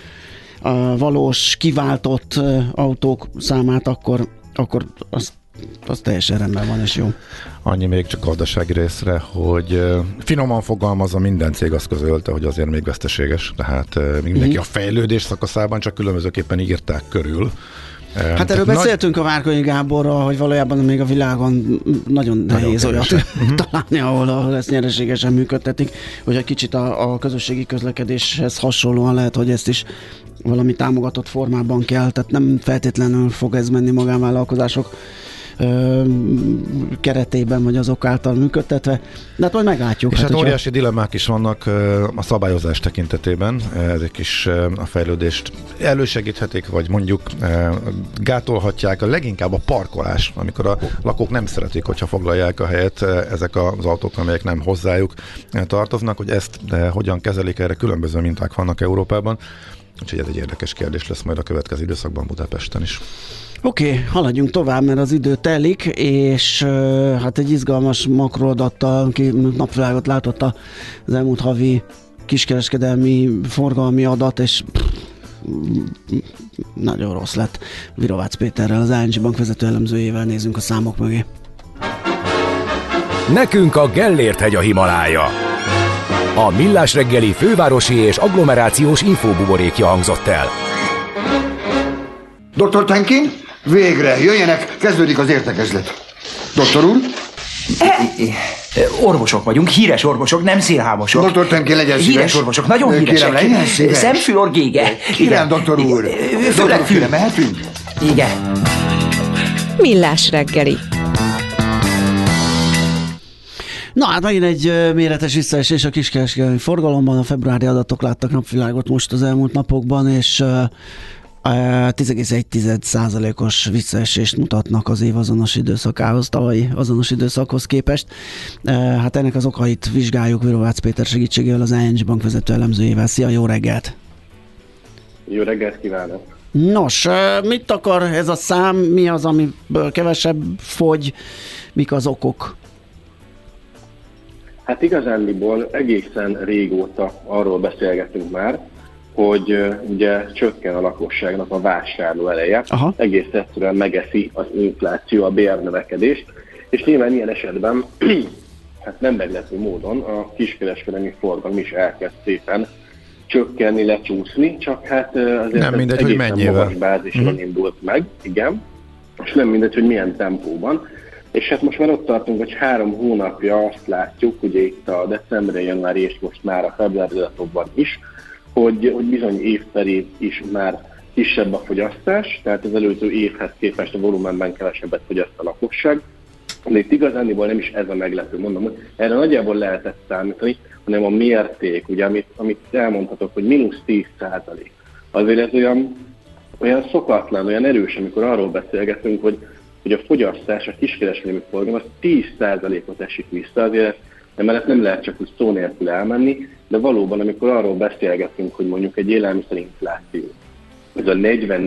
valós kiváltott autók számát, akkor az teljesen rendben van, és jó. Annyi még csak gazdasági részre, hogy finoman fogalmazva minden cég azt közölte, hogy azért még veszteséges, tehát mindenki a fejlődés szakaszában csak különbözőképpen írták körül. Hát erről beszéltünk a Várkonyi Gáborral, hogy valójában még a világon nagyon nehéz olyat találni, ahol ezt nyereségesen működtetik, hogy egy kicsit a közösségi közlekedéshez hasonlóan lehet, hogy ezt is valami támogatott formában kell, tehát nem feltétlenül fog ez menni magánvállalkozások keretében, vagy azok által működtetve, de hát majd meglátjuk. És hát óriási dilemmák is vannak a szabályozás tekintetében, ezek is a fejlődést elősegíthetik, vagy mondjuk gátolhatják, a leginkább a parkolás, amikor a lakók nem szeretik, hogyha foglalják a helyet ezek az autók, amelyek nem hozzájuk tartoznak, hogy ezt hogyan kezelik, erre különböző minták vannak Európában, úgyhogy ez egy érdekes kérdés lesz majd a következő időszakban Budapesten is. Oké, haladjunk tovább, mert az idő telik, és hát egy izgalmas makroadattal, aki napvilágot látott az elmúlt havi kiskereskedelmi forgalmi adat, és nagyon rossz lett. Virovácz Péterrel, az ING Bank vezető elemzőjével nézünk a számok mögé. Nekünk a Gellért-hegy a Himalája. A Millás reggeli fővárosi és agglomerációs infóbuborékja hangzott el. Dr. Tenkin, végre, jöjjenek, kezdődik az értekezlet. Doktor úr? Orvosok vagyunk, híres orvosok, nem szélhámosok. Dr. Tenkin, legyen szíves. Híres orvosok, nagyon híresek. Kérem, legyen szíves. Szemfülorgége. Kérem, doktor úr. Főleg fülre mehetünk? Igen. Millás reggeli. Na hát megint egy méretes visszaesés a kiskereskedelmi forgalomban. A februári adatok láttak napvilágot most az elmúlt napokban, és 10,1%-os visszaesést mutatnak az év azonos időszakához, tavalyi azonos időszakhoz képest. Hát ennek az okait vizsgáljuk Virovácz Péter segítségével, az ING Bank vezető elemzőjével. Szia, jó reggelt! Jó reggelt kívánok! Nos, mit akar ez a szám? Mi az, amiből kevesebb fogy? Mik az okok? Hát igazándiból egészen régóta arról beszélgetünk már, hogy ugye csökken a lakosságnak a vásárló ereje. Aha. Egész egyszerűen megeszi az infláció, a bérnövekedést, és nyilván ilyen esetben hát nem meglepő módon a kiskereskedelmi forgalom is elkezd szépen csökkenni, lecsúszni, csak hát azért nem mindegy, hogy mennyivel. Magas bázison indult meg, igen, és nem mindegy, hogy milyen tempóban. És hát most már ott tartunk, hogy 3 hónapja azt látjuk, ugye itt a december, januári és most már a februári adatokban is, hogy bizony év per év is már kisebb a fogyasztás, tehát az előző évhez képest a volumenben kevesebbet fogyaszt a lakosság. De itt igazániból nem is ez a meglepő, mondom, hogy erre nagyjából lehetett számítani, hanem a mérték, ugye, amit elmondhatok, hogy -10%. Azért ez olyan szokatlan, olyan erős, amikor arról beszélgetünk, hogy a fogyasztás, a kiskereskedelmi forgalom az 10%-ot esik vissza, azért mert nem lehet csak úgy szó nélkül elmenni, de valóban, amikor arról beszélgetünk, hogy mondjuk egy élelmiszerinfláció, ez a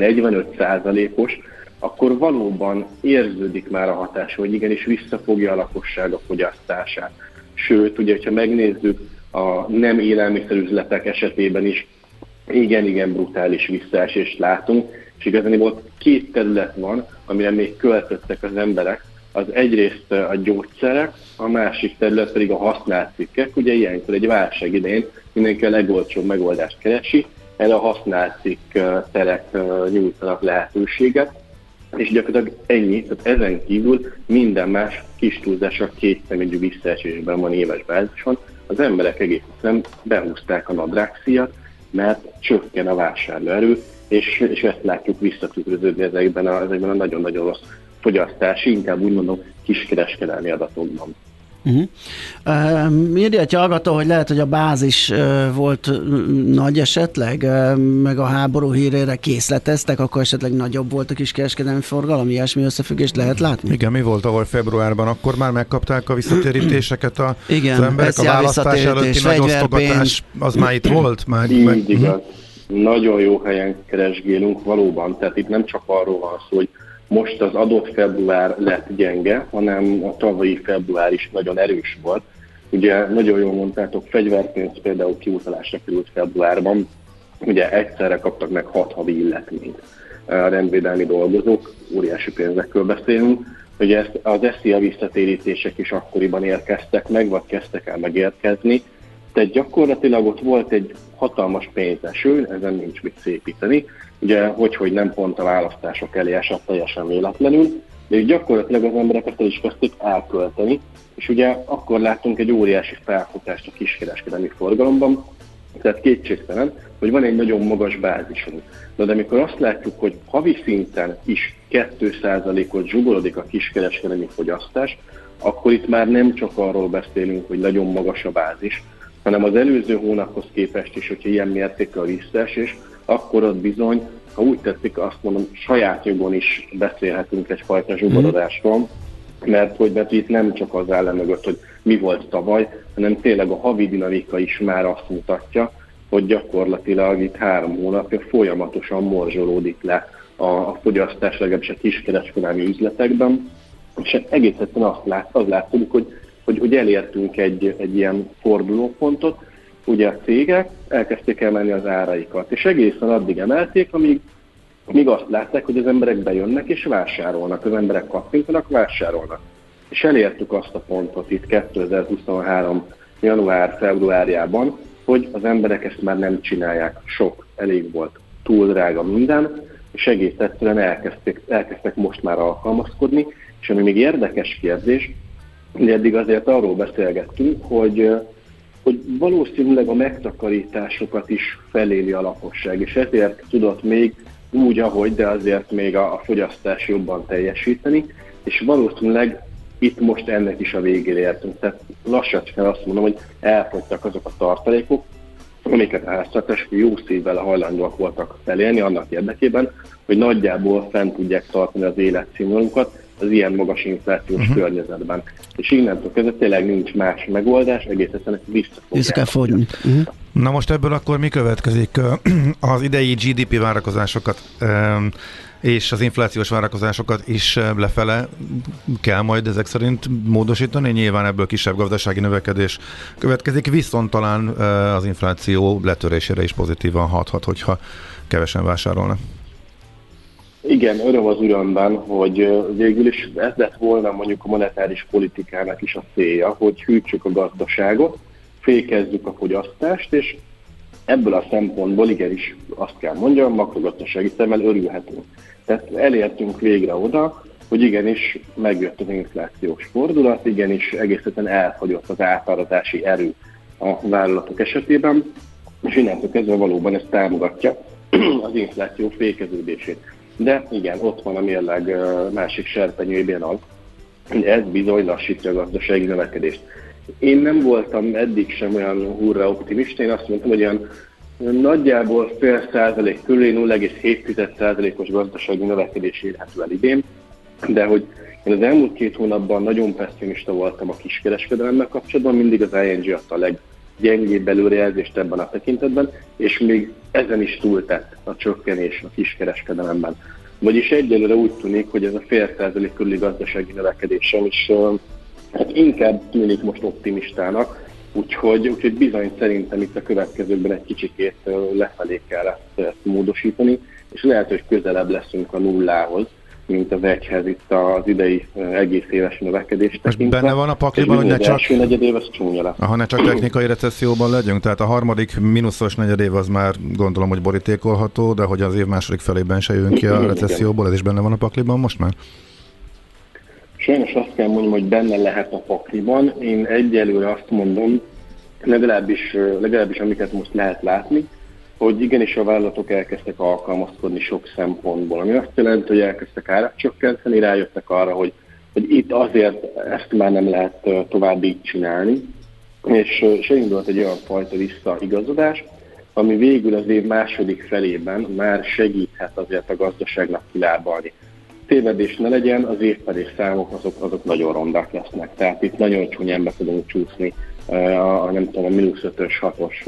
40-45%-os, akkor valóban érződik már a hatás, hogy igenis visszafogja a lakosság a fogyasztását. Sőt, ugye, ha megnézzük a nem élelmiszerüzletek esetében is, igen brutális visszaesést látunk, és igazából 2 terület van, amire még költöttek az emberek. Az egyrészt a gyógyszerek, a másik terület pedig a használt cikkek. Ugye ilyenkor egy válság idején mindenki a legolcsóbb megoldást keresi, erre a használt cikk-terek nyújtanak lehetőséget, és gyakorlatilag ennyi, tehát ezen kívül minden más kis túlzásra 2 személyű visszaesésben van éves bázison. Az emberek egészen behúzták a nadrágszíjat, mert csökken a vásárlóerő, és ezt látjuk visszatükröződni ezekben a nagyon-nagyon rossz fogyasztási, inkább úgy mondom, kiskereskedelmi adatokban. Írja egy hallgató, hogy lehet, hogy a bázis volt nagy esetleg, meg a háború hírére készleteztek, akkor esetleg nagyobb volt a kiskereskedelmi forgalom, ilyesmi összefüggést lehet látni? Igen, mi volt tavaly februárban? Akkor már megkapták a visszatérítéseket az emberek, a választás előtti nagy osztogatás, az már itt volt? Így igaz. Nagyon jó helyen keresgélünk valóban, tehát itt nem csak arról van szó, hogy most az adott február lett gyenge, hanem a tavalyi február is nagyon erős volt. Ugye nagyon jól mondtátok, fegyverpénz például kiutalásra került februárban, ugye egyszerre kaptak meg 6 havi illetményt a rendvédelmi dolgozók, óriási pénzekről beszélünk. Ugye az SZIA visszatérítések is akkoriban érkeztek meg, vagy kezdtek el megérkezni. Tehát gyakorlatilag ott volt egy hatalmas pénzeső, ezen nincs mit szépíteni. Ugye, hogy nem pont a választások elé esett teljesen véletlenül, de gyakorlatilag az emberek ezt el is kezdték elkölteni, és ugye akkor láttunk egy óriási felfutást a kiskereskedelmi forgalomban, tehát kétségtelen, hogy van egy nagyon magas bázisunk. De amikor azt látjuk, hogy havi szinten is 2%-ot zsugorodik a kiskereskedelmi fogyasztás, akkor itt már nem csak arról beszélünk, hogy nagyon magas a bázis, hanem az előző hónaphoz képest is, hogyha ilyen mértékű a visszaesés, akkor ott bizony, ha úgy tetszik, azt mondom, saját jogon is beszélhetünk egyfajta zsugorodásról, mert itt nem csak az áll mögött, hogy mi volt tavaly, hanem tényleg a havi dinamika is már azt mutatja, hogy gyakorlatilag itt 3 hónapja folyamatosan morzsolódik le a fogyasztás, legalábbis a kiskereskedelmi üzletekben, és egész egyszerűen az látszik, hogy elértünk egy ilyen fordulópontot. Ugye a cégek elkezdték emelni az áraikat, és egészen addig emelték, amíg azt látták, hogy az emberek bejönnek és vásárolnak, az emberek kattintanak, vásárolnak. És elértük azt a pontot itt 2023. január-februárjában, hogy az emberek ezt már nem csinálják. Sok, elég volt, túl drága minden, és egész egyszerűen elkezdtek most már alkalmazkodni, és ami még érdekes kérdés, de eddig azért arról beszélgettünk, hogy valószínűleg a megtakarításokat is feléli a lakosság, és ezért tudott még úgy, ahogy, de azért még a fogyasztás jobban teljesíteni, és valószínűleg itt most ennek is a végére értünk. Tehát lassacskán azt mondom, hogy elfogytak azok a tartalékok, amiket a háztartások jó szívvel hajlandóak voltak felélni annak érdekében, hogy nagyjából fent tudják tartani az életszínvonalunkat az ilyen magas inflációs környezetben. És innentől kezdve tényleg nincs más megoldás, egész egyszerűen vissza kell fogni. Na most ebből akkor mi következik? Az idei GDP várakozásokat és az inflációs várakozásokat is lefele kell majd ezek szerint módosítani. Nyilván ebből kisebb gazdasági növekedés következik, viszont talán az infláció letörésére is pozitívan hathat, hogyha kevesen vásárolnak. Igen, öröm az örömben, hogy végül is ez lett volna mondjuk a monetáris politikának is a célja, hogy hűtsük a gazdaságot, fékezzük a fogyasztást, és ebből a szempontból igenis azt kell mondjam, makrogazdasági szemmel örülhetünk. Tehát elértünk végre oda, hogy igenis megjött az inflációs fordulat, igenis egészen elfogyott az átárazási erő a vállalatok esetében, és innentől kezdve valóban ez támogatja az infláció fékeződését. De igen, ott van a mérleg másik serpenyőjében az, hogy ez bizony lassítja a gazdasági növekedést. Én nem voltam eddig sem olyan hurra optimista, én azt mondtam, hogy olyan nagyjából 0,5% körül 0,7%-os gazdasági növekedés érhető el idén, de hogy én az elmúlt 2 hónapban nagyon pessimista voltam a kiskereskedelemmel kapcsolatban, mindig az ING adta a leggyengébb előrejelzést ebben a tekintetben, és még ezen is túltett a csökkenés a kiskereskedelemben. Vagyis egyelőre úgy tűnik, hogy ez a 0,5% körüli gazdasági növekedés sem is hát inkább tűnik most optimistának, úgyhogy bizony szerintem itt a következőkben egy kicsikét lefelé kell ezt módosítani, és lehet, hogy közelebb leszünk a nullához, mint az egyhez itt az idei egész éves növekedés tekintve. Benne van a pakliban, hogy ne csak... első negyedév az csúnya lesz. Ne csak technikai recesszióban legyünk, tehát a harmadik mínuszos negyedév az már gondolom, hogy borítékolható, de hogy az év második felében se jövünk ki a recesszióból, ez is benne van a pakliban most már? Sajnos azt kell mondjam, hogy benne lehet a pakliban. Én egyelőre azt mondom, legalábbis amiket most lehet látni, hogy igenis a vállalatok elkezdtek alkalmazkodni sok szempontból, ami azt jelenti, hogy elkezdtek árat csökkenteni, rájöttek arra, hogy itt azért ezt már nem lehet tovább így csinálni, és elindult egy olyan fajta visszaigazodás, ami végül az év második felében már segíthet azért a gazdaságnak kilábalni. Tévedés ne legyen, az évfelé számok azok nagyon rondák lesznek, tehát itt nagyon csúnyán be tudunk csúszni a -5-ös, 6-os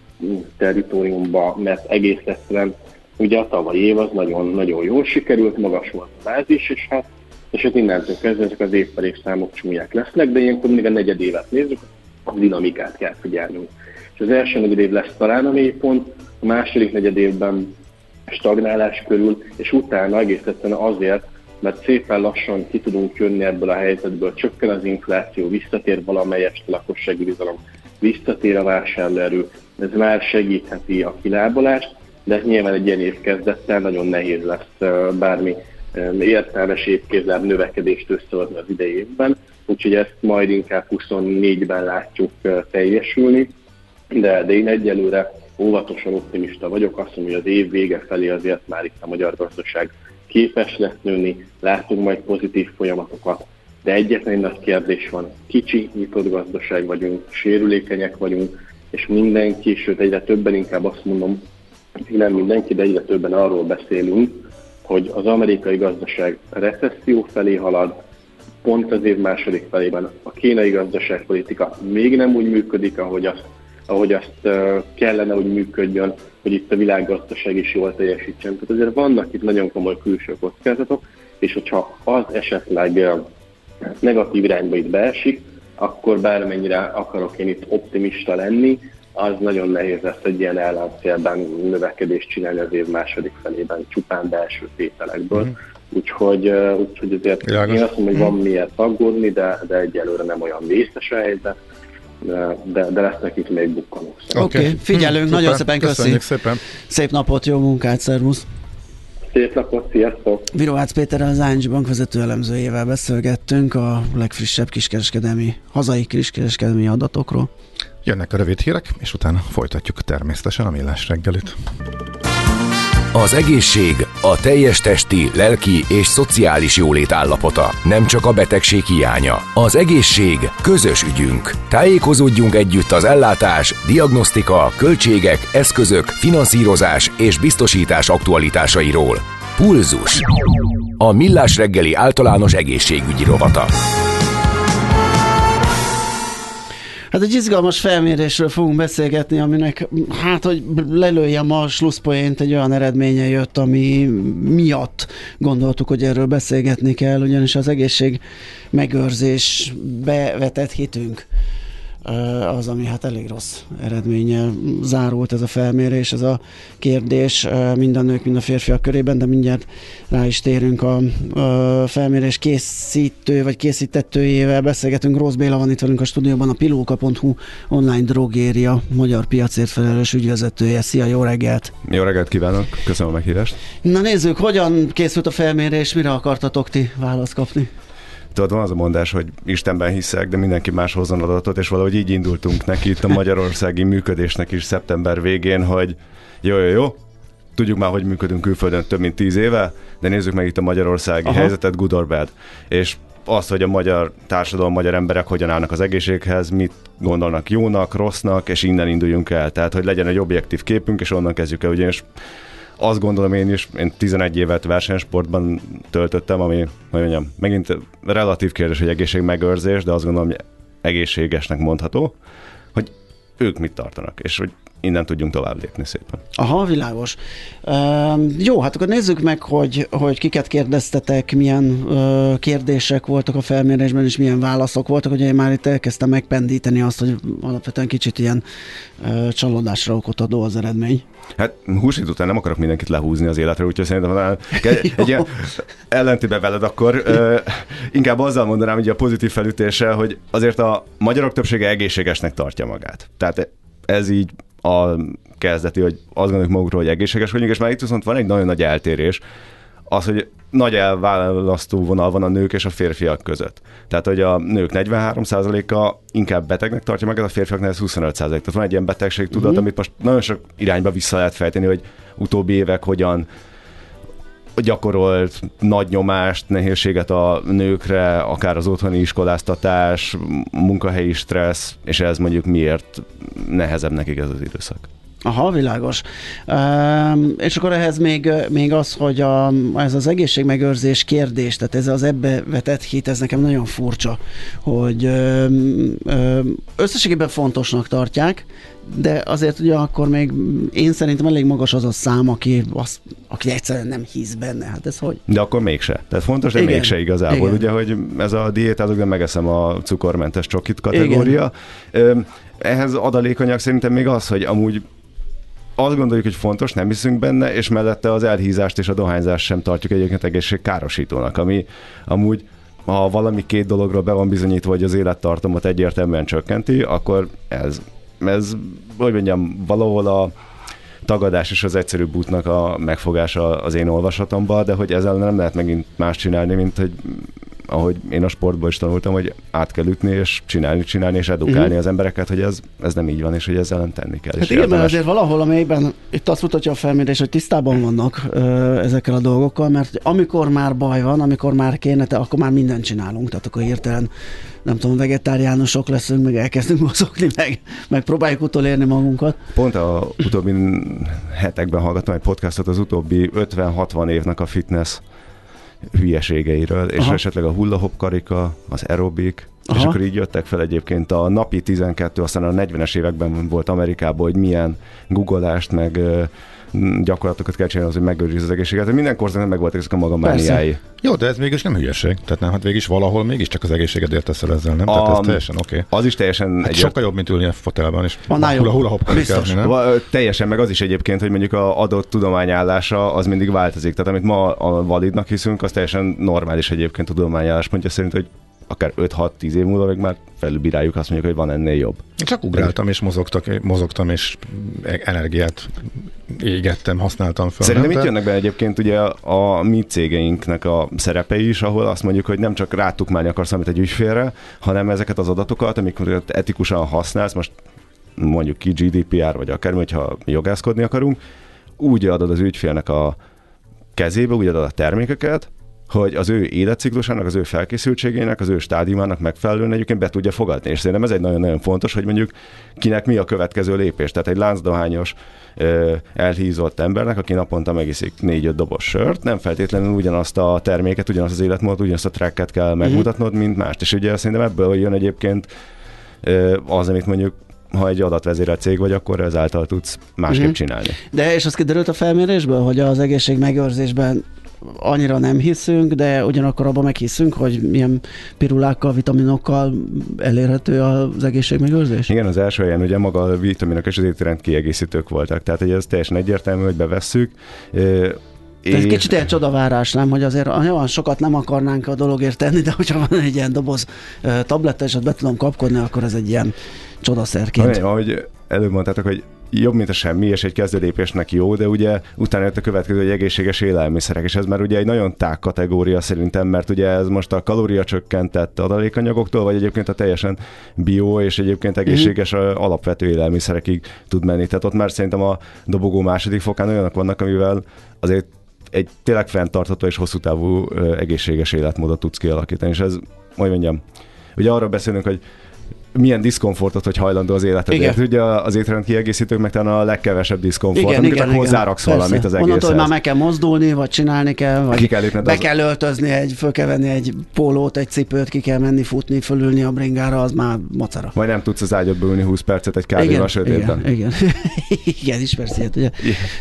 territóriumba, mert egész egyszerűen ugye a tavalyi év az nagyon jól sikerült, magas volt a bázis, és hát innentől kezdve ezek az évfelé számok csúnyák lesznek, de ilyenkor még a negyedévet nézzük, a dinamikát kell figyelnünk. És az első negyedév lesz talán a mélypont, a második negyedévben stagnálás körül, és utána egész egyszerűen azért, mert szépen lassan ki tudunk jönni ebből a helyzetből, csökken az infláció, visszatér valamelyest a lakossági bizalom, visszatér a vásárlóerő, ez már segítheti a kilábalást, de nyilván egy ilyen évkezdettel nagyon nehéz lesz bármi értelmes évkézláb növekedést összehozni az idei évben, úgyhogy ezt majd inkább 24-ben látjuk teljesülni, de én egyelőre óvatosan optimista vagyok, azt mondom, hogy az év vége felé azért már itt a magyar gazdaság képes lesz nőni, látunk majd pozitív folyamatokat, de egyetlen nagy kérdés van, kicsi, nyitott gazdaság vagyunk, sérülékenyek vagyunk, és mindenki, sőt egyre többen inkább azt mondom, nem mindenki, de egyre többen arról beszélünk, hogy az amerikai gazdaság recesszió felé halad, pont az év második felében a kínai gazdaságpolitika még nem úgy működik, ahogy azt kellene, hogy működjön, hogy itt a világgazdaság is jól teljesítsen. Tehát azért vannak itt nagyon komoly külső kockázatok, és hogyha az esetleg negatív irányba itt beesik, akkor bármennyire akarok én itt optimista lenni, az nagyon nehéz lesz egy ilyen ellenszélben növekedést csinálni az év második felében, csupán belső tételekből. Úgyhogy azért én azt mondom, hogy van miért aggódni, de egyelőre nem olyan vészes a helyzet, de lesznek itt még bukkanók. Oké, figyelünk, nagyon szépen köszönjük. Szép napot, jó munkát, szervusz! Szép napot, sziasztok! Virovácz Péterrel, az ING bankvezető elemzőjével beszélgettünk a legfrissebb hazai kiskereskedelmi adatokról. Jönnek a rövid hírek, és utána folytatjuk természetesen a Millás reggelit. Az egészség a teljes testi, lelki és szociális jólét állapota, nem csak a betegség hiánya. Az egészség közös ügyünk. Tájékozódjunk együtt az ellátás, diagnosztika, költségek, eszközök, finanszírozás és biztosítás aktualitásairól. Pulzus. A Millás reggeli általános egészségügyi rovata. Hát egy izgalmas felmérésről fogunk beszélgetni, aminek, hát, hogy lelőjem a slusszpoént, egy olyan eredménye jött, ami miatt gondoltuk, hogy erről beszélgetni kell, ugyanis az egészség megőrzésbe vetett hitünk az, ami hát elég rossz eredménnyel zárult ez a felmérés, ez a kérdés mind a nők, mind a férfiak körében, de mindjárt rá is térünk a felmérés készítő vagy készítettőjével. Beszélgetünk, Rózs Béla van itt velünk a stúdióban, a Pilóka.hu online drogéria magyar piacért felelős ügyvezetője. Szia, jó reggelt! Jó reggelt kívánok, köszönöm a meghívást! Na nézzük, hogyan készült a felmérés, mire akartatok ti választ kapni? Tudod, van az a mondás, hogy Istenben hiszek, de mindenki más hozzon adatot, és valahogy így indultunk neki itt a magyarországi működésnek is szeptember végén, hogy jó, tudjuk már, hogy működünk külföldön több mint 10 éve, de nézzük meg itt a magyarországi helyzetet, good or bad. És azt, hogy a magyar társadalom, magyar emberek hogyan állnak az egészséghez, mit gondolnak jónak, rossznak, és innen induljunk el. Tehát, hogy legyen egy objektív képünk, és onnan kezdjük el, ugyanis azt gondolom én 11 évet versenysportban töltöttem, ami, hogy mondjam, megint relatív kérdés, hogy egészségmegőrzés, de azt gondolom, hogy egészségesnek mondható, hogy ők mit tartanak, és hogy innen tudjunk tovább lépni szépen. Aha, világos. Jó, hát akkor nézzük meg, hogy kiket kérdeztetek, milyen kérdések voltak a felmérésben, és milyen válaszok voltak. Ugye én már itt elkezdtem megpendíteni azt, hogy alapvetően kicsit ilyen csalódásra okot adó az eredmény. Hát húsít után nem akarok mindenkit lehúzni az életre, úgyhogy szerintem egy ilyen ellentétben veled, akkor inkább azzal mondanám, hogy a pozitív felütéssel, hogy azért a magyarok többsége egészségesnek tartja magát. Tehát ez így a kezdeti, hogy azt gondoljuk magukról, hogy egészséges vagyunk, és már itt viszont van egy nagyon nagy eltérés, az, hogy nagy elválasztó vonal van a nők és a férfiak között. Tehát, hogy a nők 43%-a inkább betegnek tartja magát, a férfiaknál ez 25%. Tehát van egy ilyen betegségtudat, amit most nagyon sok irányba vissza lehet fejteni, hogy utóbbi évek hogyan gyakorolt nagy nyomást, nehézséget a nőkre, akár az otthoni iskoláztatás, munkahelyi stressz, és ez mondjuk miért nehezebb nekik ez az időszak. Aha, világos. És akkor ehhez még az, hogy ez az egészségmegőrzés kérdés, tehát ez az ebbe vetett hit, ez nekem nagyon furcsa, hogy összességében fontosnak tartják, de azért ugye akkor még én szerintem elég magas az a szám, aki egyszerűen nem hisz benne. Hát ez hogy? De akkor mégse. Tehát fontos, de igen, mégse igazából. Igen. Ugye, hogy ez a diétázok, de megeszem a cukormentes csokit kategória. Ehhez adalékanyag szerintem még az, hogy amúgy azt gondoljuk, hogy fontos, nem hiszünk benne, és mellette az elhízást és a dohányzást sem tartjuk egyébként egészségkárosítónak, ami amúgy, ha valami két dologról be van bizonyítva, hogy az élettartamot egyértelműen csökkenti, akkor ez hogy mondjam, valahol a tagadás és az egyszerűbb útnak a megfogása az én olvasatomban, de hogy ezzel nem lehet megint más csinálni, mint hogy ahogy én a sportból is tanultam, hogy át kell ütni, és csinálni, és edukálni az embereket, hogy ez nem így van, és hogy ezzel nem tenni kell. Hát igen, mert azért valahol a mélyben itt azt mutatja a felmérés, hogy tisztában vannak ezekkel a dolgokkal, mert amikor már baj van, amikor már kéne, akkor már mindent csinálunk, tehát akkor hirtelen nem tudom, vegetáriánusok leszünk, meg elkezdünk mozogni, meg próbáljuk utolérni magunkat. Pont a utóbbi hetekben hallgattam egy podcastot az utóbbi 50-60 évnek a fitness hülyeségeiről, és esetleg a hullahop karika, az aerobik, és akkor így jöttek fel egyébként a napi 12, aztán a 40-es években volt Amerikában, hogy milyen guggolást, meg gyakorlatokat kell csinálni, hogy megőriz az egészséget. Minden korszaknak meg voltak ezek a maga mániái. Jó, de ez mégis nem hülyeség. Tehát nem, hát végig valahol mégiscsak az egészségedért teszel ezzel, nem? Tehát ez teljesen oké. Az is teljesen sokkal jobb, mint ülni a fotelben, és hula-hop karikázni, nem? Teljesen, meg az is egyébként, hogy mondjuk az adott tudományállása az mindig változik. Tehát amit ma a validnak hiszünk, az teljesen normális egyébként a tudományállás pontja szerint, hogy akár 5-6-10 év múlva meg már felülbíráljuk, azt mondjuk, hogy van ennél jobb. Én csak ugráltam és mozogtam és energiát égettem, használtam fel. Szerintem itt jönnek be egyébként ugye a mi cégeinknek a szerepei is, ahol azt mondjuk, hogy nem csak rátukmálni akarsz amit egy ügyfélre, hanem ezeket az adatokat, amiket etikusan használsz, most mondjuk ki GDPR, vagy akármi, hogyha jogászkodni akarunk, úgy adod az ügyfélnek a kezébe, úgy adod a termékeket, hogy az ő életciklusának, az ő felkészültségének, az ő stádiumának megfelelően egyébként be tudja fogadni. És szerintem ez egy nagyon-nagyon fontos, hogy mondjuk kinek mi a következő lépés. Tehát egy láncdohányos, elhízott embernek, aki naponta megiszik 4-5 doboz sört, nem feltétlenül ugyanazt a terméket, ugyanazt az életmódot, ugyanazt a tracket kell megmutatnod, mint mást. És ugye szerintem ebből jön egyébként az, amit mondjuk ha egy adatvezérelt cég vagy, akkor ezáltal tudsz másképp csinálni. De és az kiderült a felmérésből, hogy az egészségmegőrzésben annyira nem hiszünk, de ugyanakkor abban meghiszünk, hogy milyen pirulákkal, vitaminokkal elérhető az egészségmegőrzés? Igen, az első helyen ugye maga a vitaminok és az étrend kiegészítők voltak, tehát ez teljesen egyértelmű, hogy bevesszük. Ez kicsit ilyen csodavárás, nem? Hogy azért olyan sokat nem akarnánk a dologért tenni, de hogyha van egy ilyen doboz tabletta, és ott be tudom kapkodni, akkor ez egy ilyen csodaszerként. Ahogy előbb mondtátok, hogy jobb, mint a semmi, és egy kezdőlépésnek jó, de ugye utána jött a következő, hogy egészséges élelmiszerek, és ez már ugye egy nagyon tág kategória szerintem, mert ugye ez most a kalóriacsökkentett adalékanyagoktól, vagy egyébként a teljesen bio és egyébként egészséges alapvető élelmiszerekig tud menni. Tehát ott már szerintem a dobogó második fokán olyanok vannak, amivel azért egy tényleg fenntartható és hosszú távú egészséges életmódot tudsz kialakítani, és ez, hogy mondjam, ugye arra beszélünk, hogy milyen diszkomfortot, hogy hajlandó az életedért. Ugye az étrend kiegészítők meg talán a legkevesebb diszkomfort, amikor hozzáraksz valamit az egészhez. Onnantól, hogy már meg kell mozdulni, vagy csinálni kell, vagy be kell öltözni, föl kell venni egy pólót, egy cipőt, ki kell menni futni, fölülni a bringára, az már macera. Vagy nem tudsz az ágyadba ülni 20 percet egy kávéval sötétben. Igen, ismersz ilyet, ugye.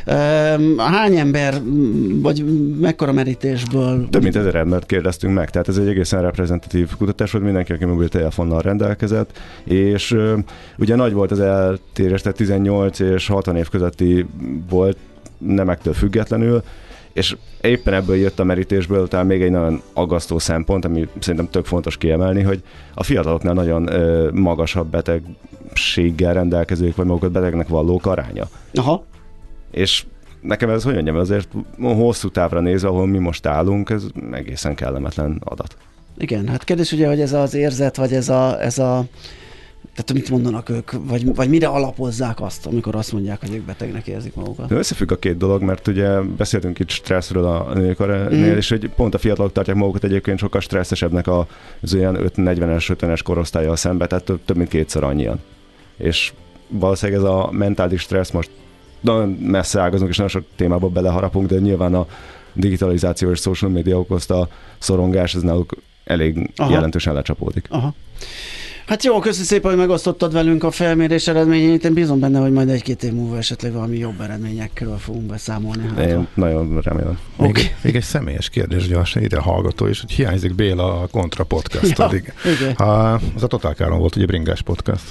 Hány ember, vagy mekkora merítésből? Több mint 1000 embert kérdeztünk meg, tehát ez egy egészen reprezentatív kutatás volt, mindenki, aki mobiltelefonnal rendelkezett, és ugye nagy volt az eltérés, tehát 18 és 60 év közötti volt nemektől függetlenül, és éppen ebből jött a merítésből talán még egy nagyon aggasztó szempont, ami szerintem tök fontos kiemelni, hogy a fiataloknál nagyon magasabb betegséggel rendelkezők, vagy magukat betegnek vallók aránya. Aha. És nekem ez, hogy mondjam, azért hosszú távra nézve, ahol mi most állunk, ez egészen kellemetlen adat. Igen, hát kérdés ugye, hogy ez az érzet, vagy ez a tehát mit mondanak ők, vagy mire alapozzák azt, amikor azt mondják, hogy ők betegnek érzik magukat? Összefügg a két dolog, mert ugye beszéltünk itt stresszről a nőknél, és hogy pont a fiatalok tartják magukat egyébként sokkal stresszesebbnek az olyan 40-es, 50-es korosztállyal szemben, tehát több mint kétszer annyian. És valószínűleg ez a mentális stressz, most nagyon messze ágazunk, és nagyon sok témába beleharapunk, de nyilván a digitalizáció és social media okozta szorongás, ez náluk elég jelentősen lecsapódik. Aha. Hát jó, köszi szépen, hogy megosztottad velünk a felmérés eredményeit. Én bízom benne, hogy majd 1-2 év múlva esetleg valami jobb eredményekről fogunk beszámolni. Én nagyon remélem. Még egy személyes kérdés, gyorsan ide hallgató is, hogy hiányzik Béla a Kontra podcast. Az a Totál Káron volt ugye bringás podcast.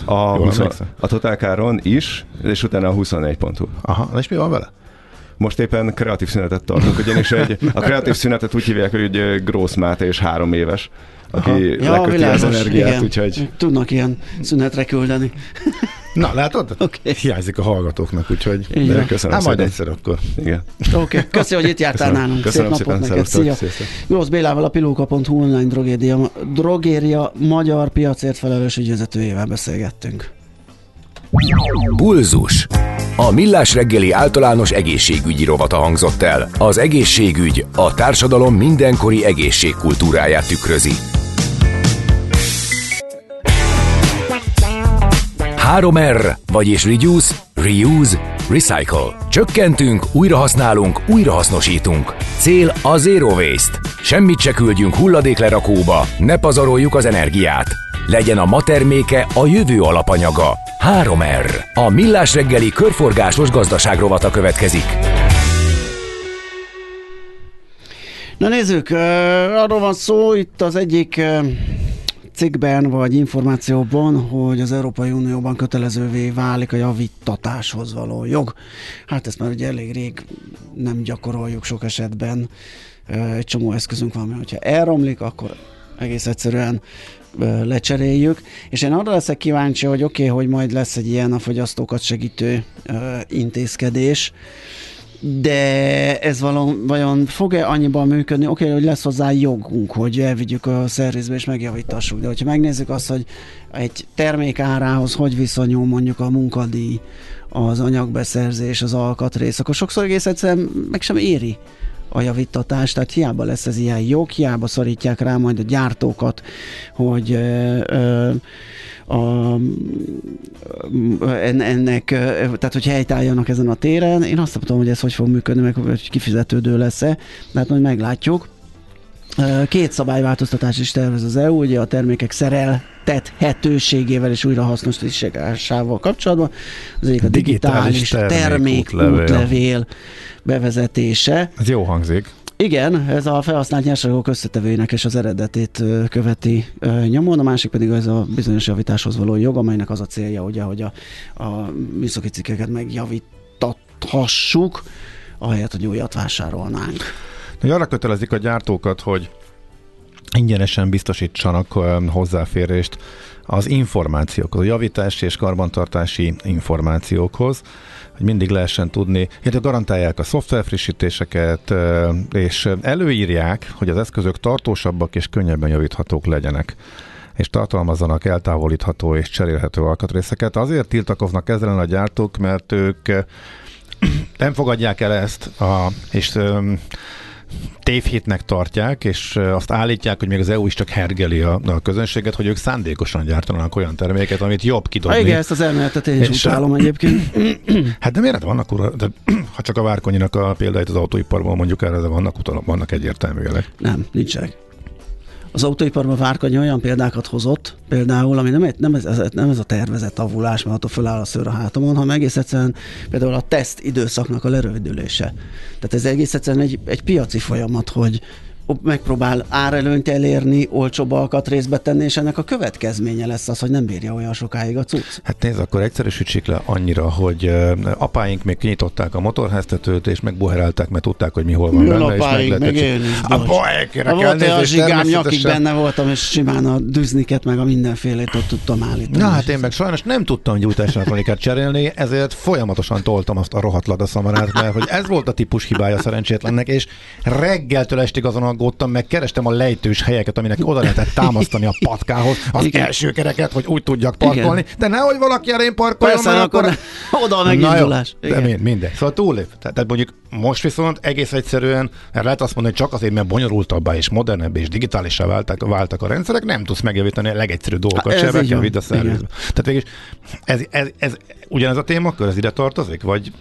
A Totál Káron is, és utána a 24.hu. Aha, és mi van vele? Most éppen kreatív szünetet tartunk, ugyanis a kreatív szünetet úgy hívják, hogy Grósz Máté és 3 éves, aki leköti az energiát, igen. Úgyhogy... Tudnak ilyen szünetre küldeni. Na, látod? Okay. Hiányzik a hallgatóknak, úgyhogy... De köszönöm szépen. Majd egyszer akkor. Igen. Oké, köszönöm, hogy itt jártál nálunk. Köszönöm Szép napot szépen, neked. Szia. Grósz Bélával, a Pilóka.hu online drogéria magyar piacért felelős ügyvezetőjével beszélgettünk. Pulzus. A Millás reggeli általános egészségügyi rovata hangzott el. Az egészségügy a társadalom mindenkori egészségkultúráját tükrözi. 3R, vagyis Reduce, Reuse, Recycle. Csökkentünk, újrahasználunk, újrahasznosítunk. Cél a Zero Waste. Semmit se küldjünk hulladéklerakóba, ne pazaroljuk az energiát. Legyen a ma terméke a jövő alapanyaga. 3R. A Millás reggeli körforgásos gazdaságrovata következik. Na nézzük, arról van szó itt az egyik cikkben vagy információban, hogy az Európai Unióban kötelezővé válik a javítatáshoz való jog. Hát ezt már ugye elég rég nem gyakoroljuk sok esetben. Egy csomó eszközünk van, hogyha elromlik, akkor egész egyszerűen lecseréljük, és én arra leszek kíváncsi, hogy hogy majd lesz egy ilyen a fogyasztókat segítő intézkedés, De ez vajon fog-e annyiban működni? Oké, hogy lesz hozzá jogunk, hogy elvigyük a szervizbe és megjavítassuk, de hogyha megnézzük azt, hogy egy termék árához hogy viszonyul mondjuk a munkadíj, az anyagbeszerzés, az alkatrész, akkor sokszor egész egyszerűen meg sem éri a javítatás, tehát hiába lesz ez ilyen jog, hiába szorítják rá majd a gyártókat, hogy ennek, tehát hogy helytálljanak ezen a téren. Én azt tudom, hogy ez hogy fog működni, meg hogy kifizetődő lesz-e, de hát majd meglátjuk. 2 szabályváltoztatás is tervez az EU, ugye a termékek szereltethetőségével és újrahasznosításával kapcsolatban. Az egyik a digitális termékútlevél bevezetése. Ez jó hangzik. Igen, ez a felhasznált nyersanyagok összetevőinek és az eredetét követi nyomon, a másik pedig ez a bizonyos javításhoz való jog, amelynek az a célja, ugye, hogy a műszaki cikkeket megjavítathassuk, ahelyett, hogy újat vásárolnánk. Arra kötelezik a gyártókat, hogy ingyenesen biztosítsanak hozzáférést az információkhoz, a javítási és karbantartási információkhoz, hogy mindig lehessen tudni, illetve garantálják a szoftverfrissítéseket, és előírják, hogy az eszközök tartósabbak és könnyebben javíthatók legyenek, és tartalmazzanak eltávolítható és cserélhető alkatrészeket. Azért tiltakoznak ezzel a gyártók, mert ők nem fogadják el ezt, és tévhitnek tartják, és azt állítják, hogy még az EU is csak hergeli a közönséget, hogy ők szándékosan gyártanak olyan terméket, amit jobb kidobni. Igen, ezt az elméletet én is utálom egyébként. Hát de miért vannak, ha csak a Várkonyinak a példáit az autóiparban mondjuk erre, de vannak egyértelmű jelek. Nem, nincsenek. Az autóiparban Várkonyi olyan példákat hozott, például, ami nem ez a tervezett avulás, mert attól föláll a szőr a hátamon, hanem egész egyszerűen például a teszt időszaknak a lerövidülése. Tehát ez egész egyszerűen egy piaci folyamat, hogy megpróbál árelőnyt elérni, olcsóbb alkatrészbe tenni, és ennek a következménye lesz az, hogy nem bírja olyan sokáig a cucc. Hát nézd, akkor egyszerűsítsük le annyira, hogy apáink még kinyitották a motorháztetőt, és megbuherálták, mert tudták, hogy mi hol van benne. Apáink, meg én is. Volt-e a zsigám nyakig benne voltam, és simán a düzniket, meg a mindenfélét ott tudtam állítani. Na hát én meg sajnos nem tudtam gyújtáselektronikát cserélni, ezért folyamatosan toltam azt a rohadt ladaszamarát, mert hogy ez volt a típus hibája szerencsétlennek, és reggeltől estig azon aggódtam, meg kerestem a lejtős helyeket, aminek oda lehetett támasztani a patkához az első kereket, hogy úgy tudjak parkolni. Igen. De nehogy valaki erre én parkoljon, mert akkor oda a megindulás. De mindegy. Szóval túllép. Tehát mondjuk most viszont egész egyszerűen, lehet azt mondani, hogy csak azért, mert bonyolultabbá és modernebb és digitálissá váltak a rendszerek, nem tudsz megjavítani a legegyszerűbb dolgokat se, be kell vidd a szervizbe. Tehát végig ez ugyanez a témakör, ez ide tartozik? Vagy...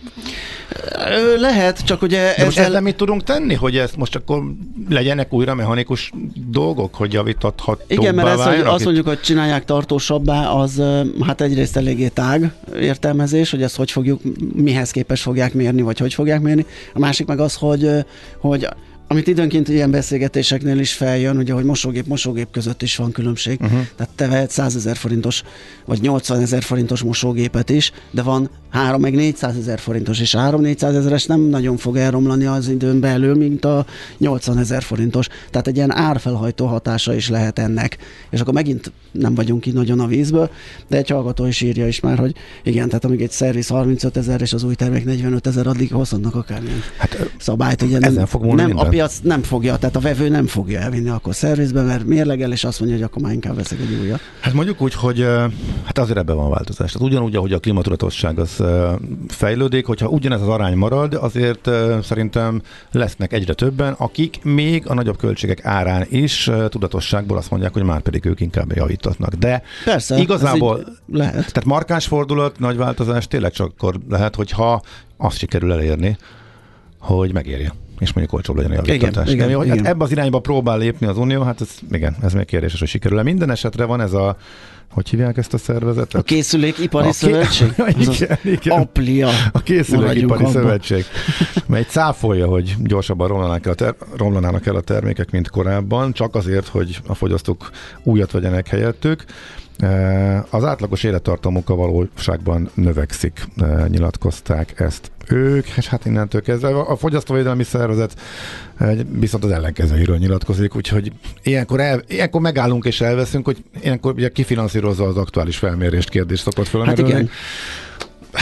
Lehet, csak ugye... ezzel mit tudunk tenni, hogy ezt most akkor legyenek újra mechanikus dolgok, hogy javítathatóbbá igen, mert ez, hogy azt mondjuk, hogy csinálják tartósabbá, az hát egyrészt eléggé tág értelmezés, hogy ezt hogy fogjuk, mihez képest fogják mérni, vagy hogy fogják mérni. A másik meg az, hogy amit időnként ilyen beszélgetéseknél is feljön, ugye, hogy mosógép között is van különbség. Tehát te vehet 100 000 forintos, vagy 80 000 forintos mosógépet is, de van 3 meg 400 000 forintos, és 3-400 000-es nem nagyon fog elromlani az időn belül, mint a 80 000 forintos. Tehát egy ilyen árfelhajtó hatása is lehet ennek. És akkor megint nem vagyunk ki nagyon a vízből, de egy hallgató is írja is már, hogy igen, tehát amíg egy szerviz 35 000 és az új termék 45 000, addig hozhatnak akármilyen szabályt. Ugye nem a piac nem fogja, tehát a vevő nem fogja elvinni akkor szervizbe, mert mérlegel, és azt mondja, hogy akkor már inkább veszek egy újat. Hát mondjuk úgy, hogy hát azért ebben van változás. Tehát ugyanúgy, ahogy a klímatudatosság az fejlődik, hogyha ugyanez az arány marad, azért szerintem lesznek egyre többen, akik még a nagyobb költségek árán is tudatosságból azt mondják, hogy már pedig ők inkább javítatnak. De persze, igazából lehet. Tehát markáns fordulat, nagy változás tényleg csak akkor lehet, hogyha azt sikerül elérni, hogy megérje, és mondjuk olcsóbb legyen a javíttatás. Igen. Hát ebbe az irányba próbál lépni az Unió, hát ez még kérdéses, hogy sikerül. Minden esetre van ez a, hogy hívják ezt a szervezetet? A Készülékipari Szövetség? Igen. Aplia. A Készülékipari Szövetség, mely cáfolja, hogy gyorsabban romlanának el a termékek, mint korábban, csak azért, hogy a fogyasztók újat vegyenek helyettük. Az átlagos élettartamuk a valóságban növekszik, nyilatkozták ezt ők, és hát innentől kezdve a Fogyasztóvédelmi Szervezet viszont az ellenkezőiről nyilatkozik, úgyhogy ilyenkor megállunk és elveszünk, hogy ilyenkor ugye kifinanszírozza az aktuális felmérést, kérdést szokott fölmerülni. Hát igen.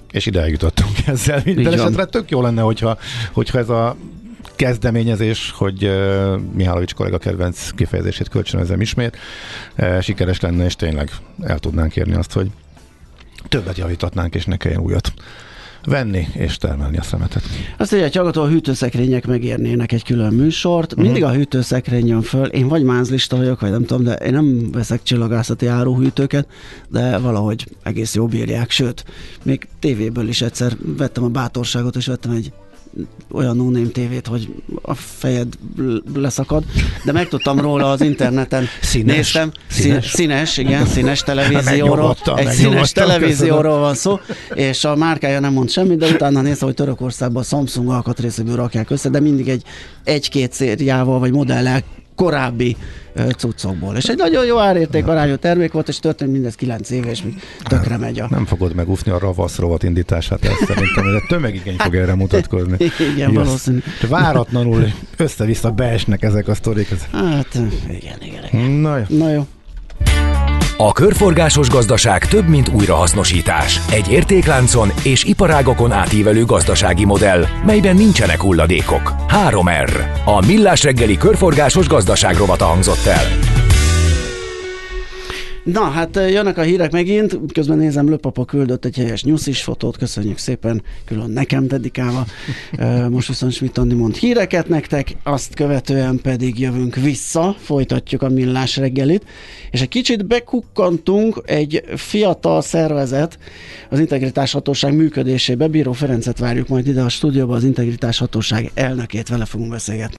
És ide eljutottunk ezzel. Minden esetre tök jó lenne, hogyha ez a kezdeményezés, hogy Mihálovics kollega kedvenc kifejezését kölcsönözem ismét, sikeres lenne, és tényleg el tudnánk érni azt, hogy többet javítatnánk, és ne kelljen újat venni és termelni a szemetet. Azt mondja, hogy hallgató, a hűtőszekrények megérnének egy külön műsort. Mindig a hűtőszekrény jön föl. Én vagy mázlista vagyok, vagy nem tudom, de én nem veszek csillagászati áruhűtőket, de valahogy egész jó bírják. Sőt, még tévéből is egyszer vettem a bátorságot, és vettem egy olyan no-name tévét, hogy a fejed leszakad, de megtudtam róla az interneten. Néztem. Színes televízióról. Egy színes televízióról van szó, és a márkája nem mond semmit, de utána néztem, hogy Törökországban a Samsung alkatrészéből rakják össze, de mindig egy-két szériával vagy modellel korábbi cuccokból. És egy nagyon jó árérték-arányú termék volt, és történt mindez 9 éve, és még tökre megy Nem fogod megúszni a ravasz rovat indítását, ezt szerintem, de tömegigény fog erre mutatkozni. Igen, valószínű. Váratlanul össze-vissza beesnek ezek a sztorik. Hát, igen. Na jó. A körforgásos gazdaság több, mint újrahasznosítás. Egy értékláncon és iparágokon átívelő gazdasági modell, melyben nincsenek hulladékok. 3R. A Millás reggeli körforgásos gazdaság rovata hangzott el. Na, hát jönnek a hírek megint, közben nézem, Lőpapa küldött egy helyes nyuszis fotót, köszönjük szépen, külön nekem dedikálva. Most viszont Schmidt Andi mond híreket nektek, azt követően pedig jövünk vissza, folytatjuk a Millás reggelit, és egy kicsit bekukkantunk egy fiatal szervezet az Integritás Hatóság működésébe. Bíró Ferencet várjuk majd ide a stúdióba, az Integritás Hatóság elnökét, vele fogunk beszélgetni.